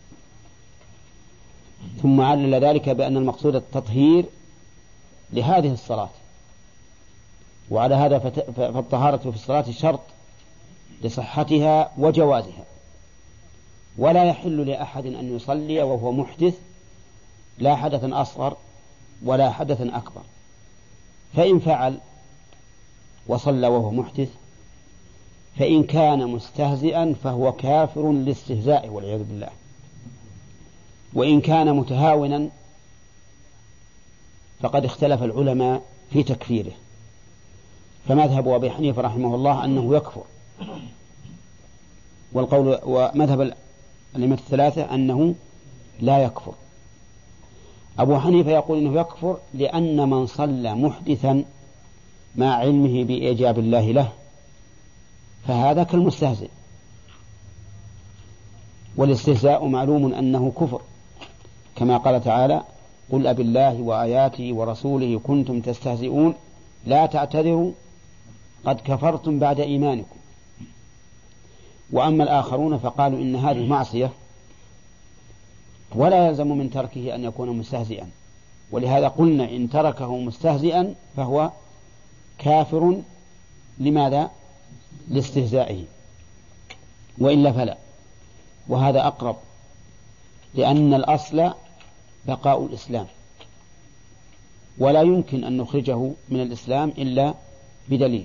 ثم علل ذلك بأن المقصود التطهير لهذه الصلاة، وعلى هذا فالطهارة في الصلاة شرط لصحتها وجوازها، ولا يحل لأحد أن يصلي وهو محدث، لا حدث أصغر ولا حدث أكبر. فإن فعل وصلى وهو محدث فإن كان مستهزئا فهو كافر للاستهزاء والعياذ بالله، وإن كان متهاونا فقد اختلف العلماء في تكفيره، فمذهب أبي حنيفة رحمه الله أنه يكفر، والقول ومذهب الأئمة الثلاثة أنه لا يكفر. أبو حنيفة يقول إنه يكفر لأن من صلى محدثا مع علمه بإيجاب الله له فهذا كالمستهزئ، والاستهزاء معلوم أنه كفر، كما قال تعالى: قل أب الله وآياته ورسوله كنتم تستهزئون لا تعتذروا قد كفرتم بعد إيمانكم. وأما الآخرون فقالوا إن هذه معصية ولا يلزم من تركه أن يكون مستهزئا، ولهذا قلنا إن تركه مستهزئا فهو كافر. لماذا؟ لاستهزائه، وإلا فلا. وهذا أقرب، لأن الأصل بقاء الإسلام، ولا يمكن أن نخرجه من الإسلام إلا بدليل.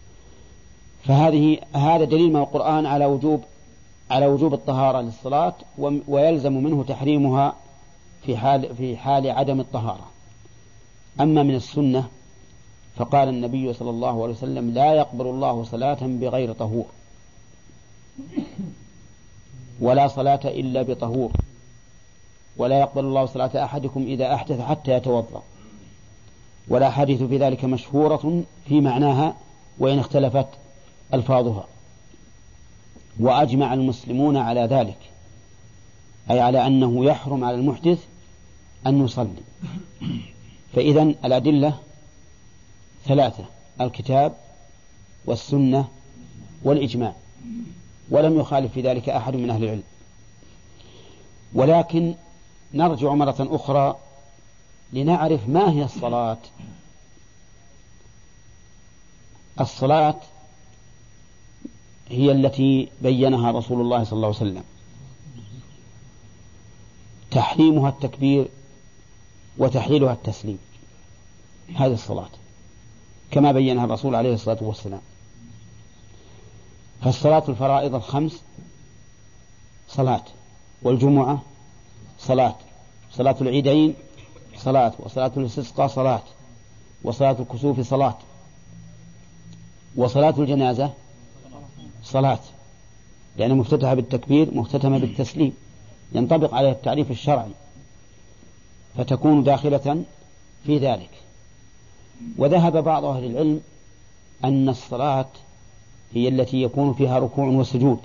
فهذه هذا دليل من القرآن على وجوب على وجوب الطهارة للصلاة، ويلزم منه تحريمها في حال في حال عدم الطهارة. أما من السنة فقال النبي صلى الله عليه وسلم: لا يقبل الله صلاة بغير طهور، ولا صلاة إلا بطهور، ولا يقبل الله صلاة أحدكم إذا أحدث حتى يتوضأ. ولا حديث في ذلك مشهورة في معناها وإن اختلفت ألفاظها. وأجمع المسلمون على ذلك، أي على أنه يحرم على المحدث أن يصلي. فإذن الأدلة ثلاثة: الكتاب والسنة والإجماع، ولم يخالف في ذلك أحد من أهل العلم. ولكن نرجع مرة أخرى لنعرف ما هي الصلاة. الصلاة هي التي بينها رسول الله صلى الله عليه وسلم، تحريمها التكبير وتحليلها التسليم، هذه الصلاة كما بينها الرسول عليه الصلاة والسلام. فالصلاة الفرائض الخمس صلاة، والجمعة صلاة، صلاة العيدين صلاة، وصلاة الاستسقاء صلاة، وصلاة الكسوف صلاة، وصلاة الجنازة صلاة، لأنها مفتتحة بالتكبير مختتمة بالتسليم، ينطبق عليها التعريف الشرعي. فتكون داخلة في ذلك. وذهب بعض أهل العلم أن الصلاة هي التي يكون فيها ركوع وسجود،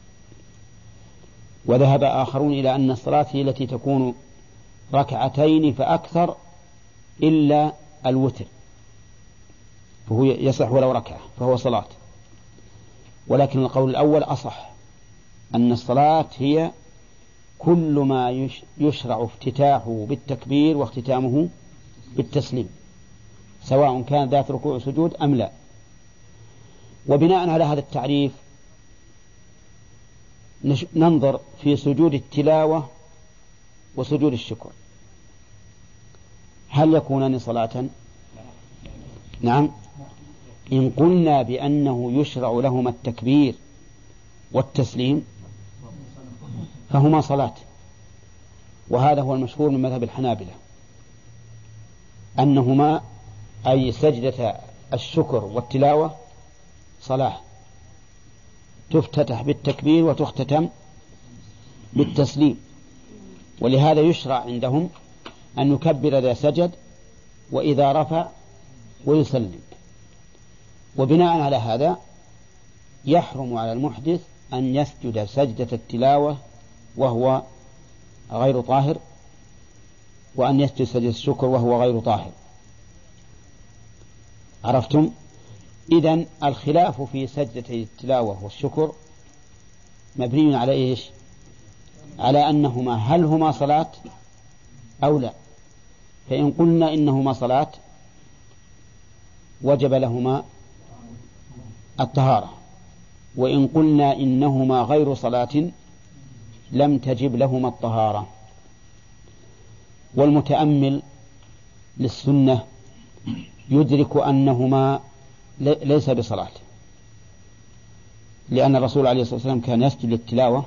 وذهب آخرون إلى أن الصلاة هي التي تكون ركعتين فأكثر إلا الوتر، فهو يصح ولو ركعة فهو صلاة. ولكن القول الأول أصح، أن الصلاة هي كل ما يشرع افتتاحه بالتكبير واختتامه بالتسليم، سواء كان ذات ركوع وسجود أم لا. وبناء على هذا التعريف ننظر في سجود التلاوة وسجود الشكر، هل يكونان صلاة؟ نعم، إن قلنا بأنه يشرع لهما التكبير والتسليم فهما صلاة، وهذا هو المشهور من مذهب الحنابلة، أنهما أي سجدة الشكر والتلاوة صلاة تفتتح بالتكبير وتختتم بالتسليم. ولهذا يشرع عندهم أن يكبر إذا سجد وإذا رفع ويسلم. وبناء على هذا يحرم على المحدث أن يسجد سجدة التلاوة وهو غير طاهر، وأن يسجد سجدة الشكر وهو غير طاهر. عرفتم؟ إذن الخلاف في سجدة التلاوة والشكر مبني على إيش؟ على أنهما هل هما صلاة أو لا. فإن قلنا إنهما صلاة وجب لهما الطهارة، وإن قلنا إنهما غير صلاة لم تجب لهما الطهارة. والمتأمل للسنة يدرك أنهما ليس بصلاة، لأن الرسول عليه الصلاة والسلام كان يسجد للتلاوة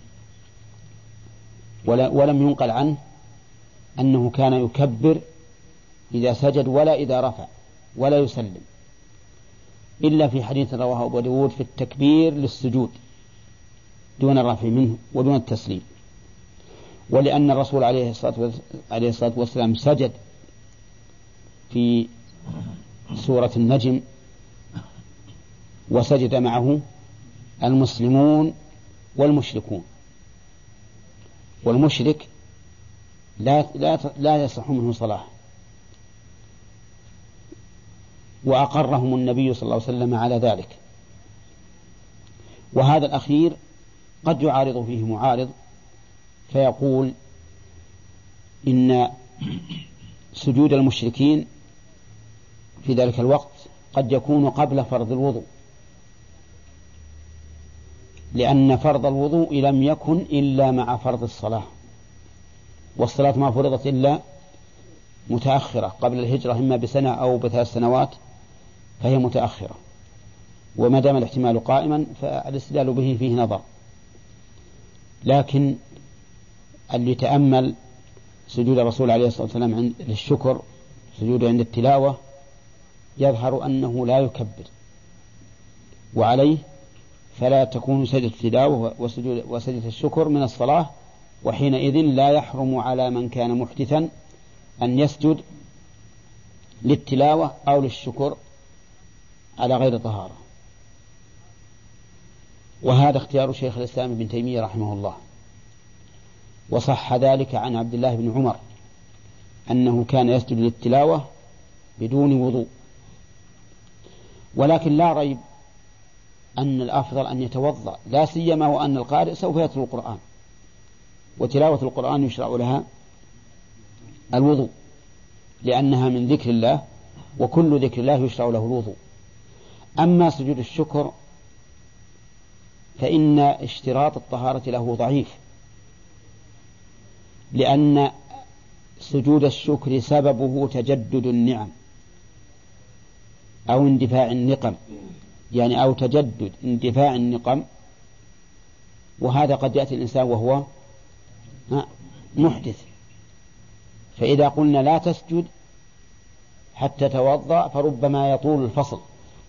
ولم ينقل عنه أنه كان يكبر إذا سجد ولا إذا رفع ولا يسلم، إلا في حديث رواه أبو داود في التكبير للسجود دون الرفع منه ودون التسليم. ولأن الرسول عليه الصلاة والسلام سجد في سورة النجم وسجد معه المسلمون والمشركون، والمشرك لا لا لا يصح منه صلاة، وأقرهم النبي صلى الله عليه وسلم على ذلك. وهذا الأخير قد يعارض فيه معارض فيقول إن سجود المشركين في ذلك الوقت قد يكون قبل فرض الوضوء، لأن فرض الوضوء لم يكن إلا مع فرض الصلاة، والصلاة ما فرضت إلا متأخرة قبل الهجرة إما بسنة أو بثلاث سنوات، فهي متأخرة. وما دام الاحتمال قائما فالاستدلال به فيه نظر. لكن اللي يتأمل سجود الرسول عليه الصلاة والسلام عند للشكر سجود عند التلاوة يظهر أنه لا يكبر، وعليه فلا تكون سجدة التلاوة وسجدة الشكر من الصلاة، وحينئذ لا يحرم على من كان محدثا أن يسجد للتلاوة أو للشكر على غير طهارة. وهذا اختيار شيخ الإسلام ابن تيمية رحمه الله. وصح ذلك عن عبد الله بن عمر أنه كان يسجد للتلاوة بدون وضوء. ولكن لا ريب أن الأفضل أن يتوضأ، لا سيما وأن القارئ سوف يتلو القرآن، وتلاوة القرآن يشرع لها الوضوء لأنها من ذكر الله، وكل ذكر الله يشرع له الوضوء. أما سجود الشكر فإن اشتراط الطهارة له ضعيف، لأن سجود الشكر سببه تجدد النعم أو اندفاع النقم، يعني أو تجدد اندفاع النقم، وهذا قد يأتي الإنسان وهو محدث. فإذا قلنا لا تسجد حتى توضأ فربما يطول الفصل،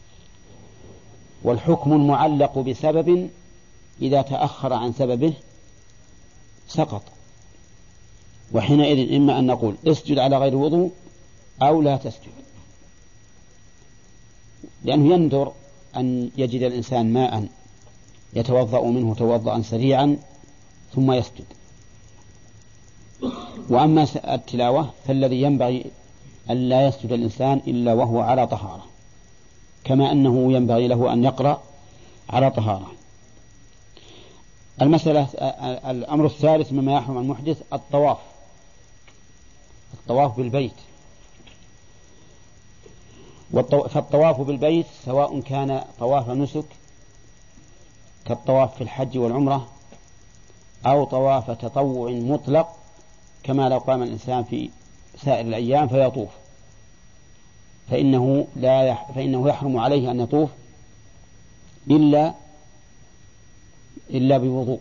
والحكم المعلق بسبب إذا تأخر عن سببه سقط. وحينئذ إما أن نقول اسجد على غير وضوء أو لا تسجد، لأنه يندر أن يجد الإنسان ماء يتوضأ منه توضأ سريعا ثم يسجد. وأما التلاوة فالذي ينبغي أن لا يسجد الإنسان إلا وهو على طهارة، كما أنه ينبغي له أن يقرأ على طهارة. المسألة الأمر الثالث مما يحرم المحدث الطواف، الطواف بالبيت. فالطواف بالبيت سواء كان طواف نسك كالطواف في الحج والعمرة أو طواف تطوع مطلق كما لو قام الإنسان في سائر الأيام فيطوف، فإنه, لا يح... فإنه يحرم عليه أن يطوف إلا إلا بوضوء.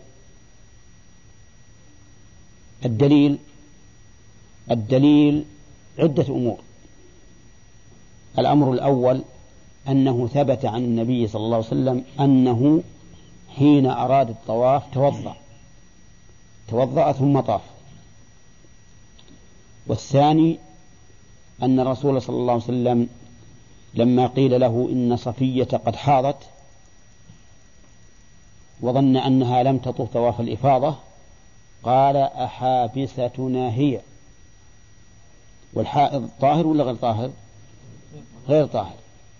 الدليل الدليل عدة أمور. الأمر الأول أنه ثبت عن النبي صلى الله عليه وسلم أنه حين أراد الطواف توضأ توضأ ثم طاف. والثاني أن الرسول صلى الله عليه وسلم لما قيل له إن صفية قد حاضت وظن أنها لم تطوف طواف الإفاضة قال أحابستنا هي؟ والحائض طاهر ولا غير طاهر؟ غير طاهر.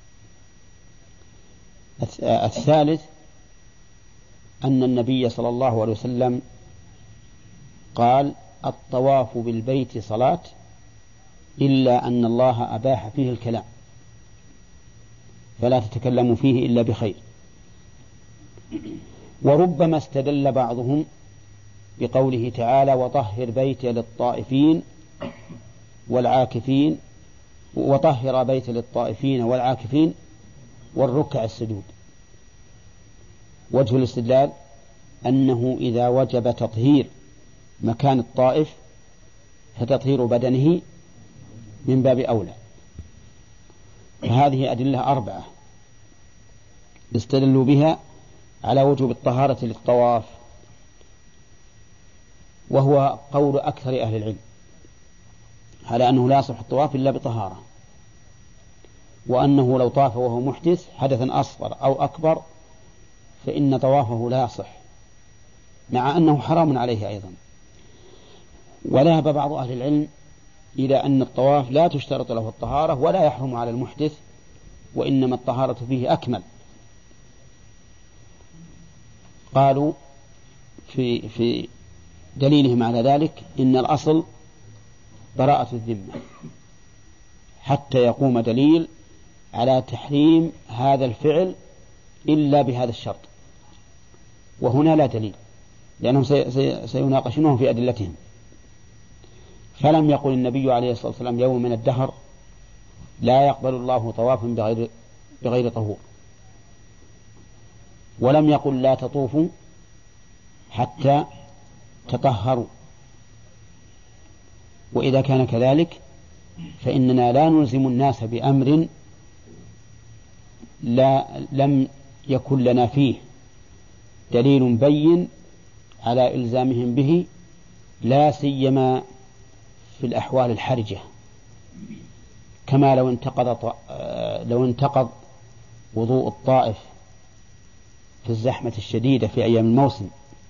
الثالث أن النبي صلى الله عليه وسلم قال الطواف بالبيت صلاة إلا أن الله أباح فيه الكلام فلا تتكلموا فيه إلا بخير. وربما استدل بعضهم بقوله تعالى وطهر بيتي للطائفين والعاكفين وطهر بيتي للطائفين والعاكفين والركع السجود. وجه الاستدلال أنه إذا وجب تطهير مكان الطائف فتطهير بدنه من باب أولى. فهذه أدلة أربعة استدلوا بها على وجوب الطهارة للطواف، وهو قول أكثر أهل العلم على أنه لا يصح الطواف إلا بطهارة، وأنه لو طاف وهو محدث حدثا أصغر أو أكبر فإن طوافه لا يصح، مع أنه حرام عليه أيضا. وذهب بعض أهل العلم إلى أن الطواف لا تشترط له الطهارة ولا يحرم على المحدث، وإنما الطهارة فيه أكمل. قالوا في في دليلهم على ذلك إن الأصل براءة الذمة حتى يقوم دليل على تحريم هذا الفعل إلا بهذا الشرط، وهنا لا دليل لأنهم سيناقشونه في أدلتهم. فلم يقل النبي عليه الصلاة والسلام يوم من الدهر لا يقبل الله طوافا بغير, بغير طهور، ولم يقل لا تطوفوا حتى تطهروا. وإذا كان كذلك فإننا لا نلزم الناس بأمر لا لم يكن لنا فيه دليل بين على إلزامهم به، لا سيما في الأحوال الحرجة، كما لو انتقض لو انتقض وضوء الطائف في الزحمة الشديدة في أيام الموسم،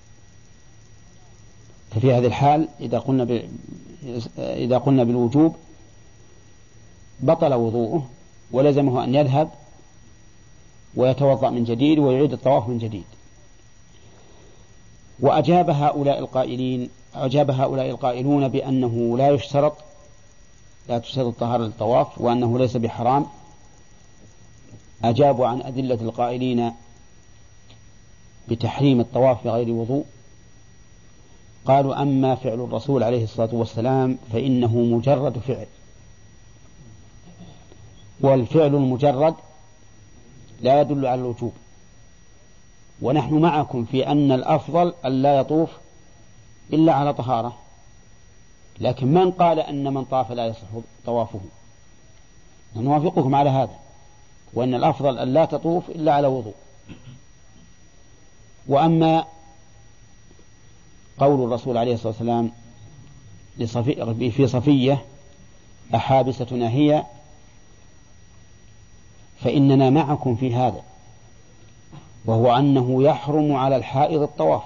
ففي هذه الحال إذا قلنا ب... إذا قلنا بالوجوب بطل وضوءه ولزمه أن يذهب ويتوضأ من جديد ويعيد الطواف من جديد. وأجاب هؤلاء القائلين أجاب هؤلاء القائلون بأنه لا يشترط لا تشترط الطهارة للطواف وأنه ليس بحرام، أجابوا عن أدلة القائلين بتحريم الطواف بغير وضوء. قالوا أما فعل الرسول عليه الصلاة والسلام فإنه مجرد فعل، والفعل المجرد لا يدل على الوجوب، ونحن معكم في أن الأفضل أن لا يطوف إلا على طهارة، لكن من قال أن من طاف لا يصح طوافه؟ نوافقكم على هذا، وأن الأفضل أن لا تطوف إلا على وضوء. وأما قول الرسول عليه الصلاة والسلام لصفي في صفية أحابستنا هي فإننا معكم في هذا، وهو أنه يحرم على الحائض الطواف،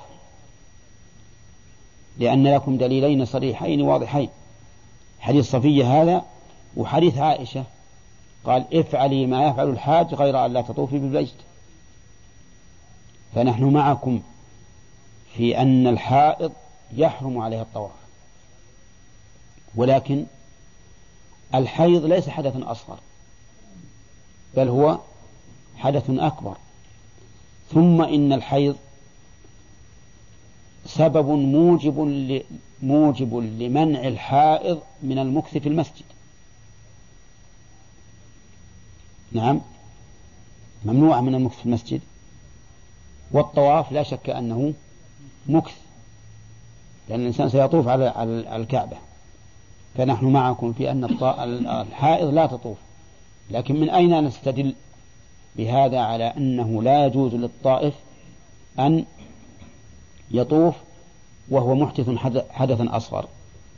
لأن لكم دليلين صريحين واضحين، حديث صفية هذا وحديث عائشة قال افعلي ما يفعل الحاج غير أن لا تطوفي بالبيت. فنحن معكم في أن الحائض يحرم عليها الطواف، ولكن الحيض ليس حدثا أصغر بل هو حدث أكبر. ثم إن الحيض سبب موجب موجب لمنع الحائض من المكث في المسجد. نعم، ممنوع من المكث في المسجد، والطواف لا شك أنه مكث، لأن الإنسان سيطوف على الكعبة. فنحن معكم في أن الحائض لا تطوف، لكن من أين نستدل بهذا على أنه لا يجوز للطائف أن يطوف وهو محدث حدثا أصغر؟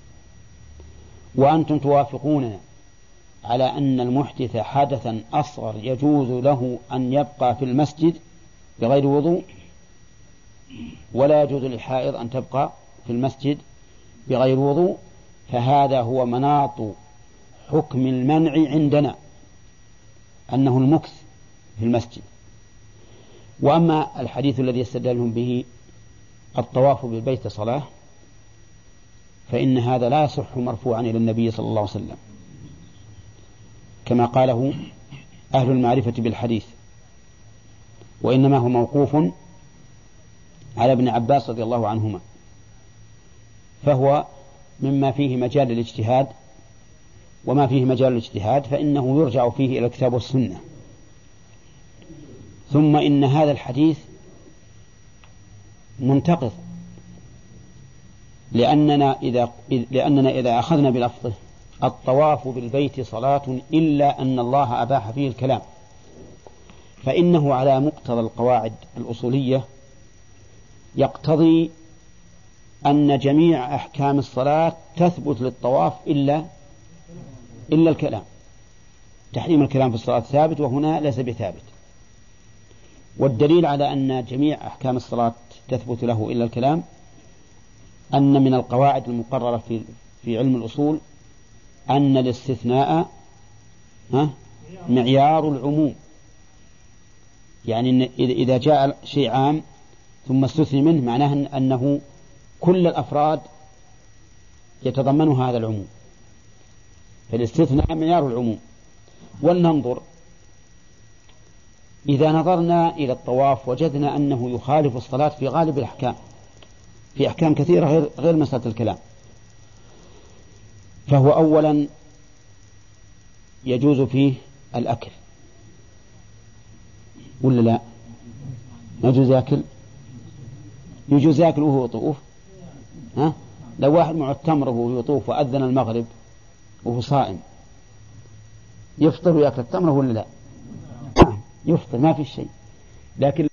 وأنتم توافقوننا على أن المحدث حدثا أصغر يجوز له أن يبقى في المسجد بغير وضوء، ولا يجوز للحائض أن تبقى في المسجد بغير وضوء. فهذا هو مناط حكم المنع عندنا، أنه المكث في المسجد. وأما الحديث الذي يستدلهم به الطواف بالبيت صلاة، فإن هذا لا يصح مرفوعا إلى النبي صلى الله عليه وسلم كما قاله أهل المعرفة بالحديث، وإنما هو موقوف على ابن عباس رضي الله عنهما، فهو مما فيه مجال الاجتهاد، وما فيه مجال الاجتهاد فإنه يرجع فيه إلى الكتاب والسنة. ثم إن هذا الحديث منتقض، لأننا إذا, لأننا إذا أخذنا بلفظه الطواف بالبيت صلاة إلا أن الله أباح فيه الكلام، فإنه على مقتضى القواعد الأصولية يقتضي أن جميع أحكام الصلاة تثبت للطواف إلا إلا الكلام. تحريم الكلام في الصلاة ثابت، وهنا ليس بثابت. والدليل على أن جميع أحكام الصلاة تثبت له إلا الكلام أن من القواعد المقررة في في علم الأصول أن الاستثناء معيار العموم، يعني إذا جاء شيء عام ثم استثني منه معناه أنه كل الأفراد يتضمن هذا العموم، فالاستثناء معيار العموم. ولننظر، إذا نظرنا إلى الطواف وجدنا أنه يخالف الصلاة في غالب الأحكام، في أحكام كثيرة غير, غير مسألة الكلام، فهو أولا يجوز فيه الأكل ولا لا؟ يجوز يأكل يجوز يأكل وهو يطوف. ها؟ لو واحد معه التمر وهو يطوف وأذن المغرب وهو صائم يفطر ويأكل التمر ولا لا؟ يفطر، ما في شيء. لكن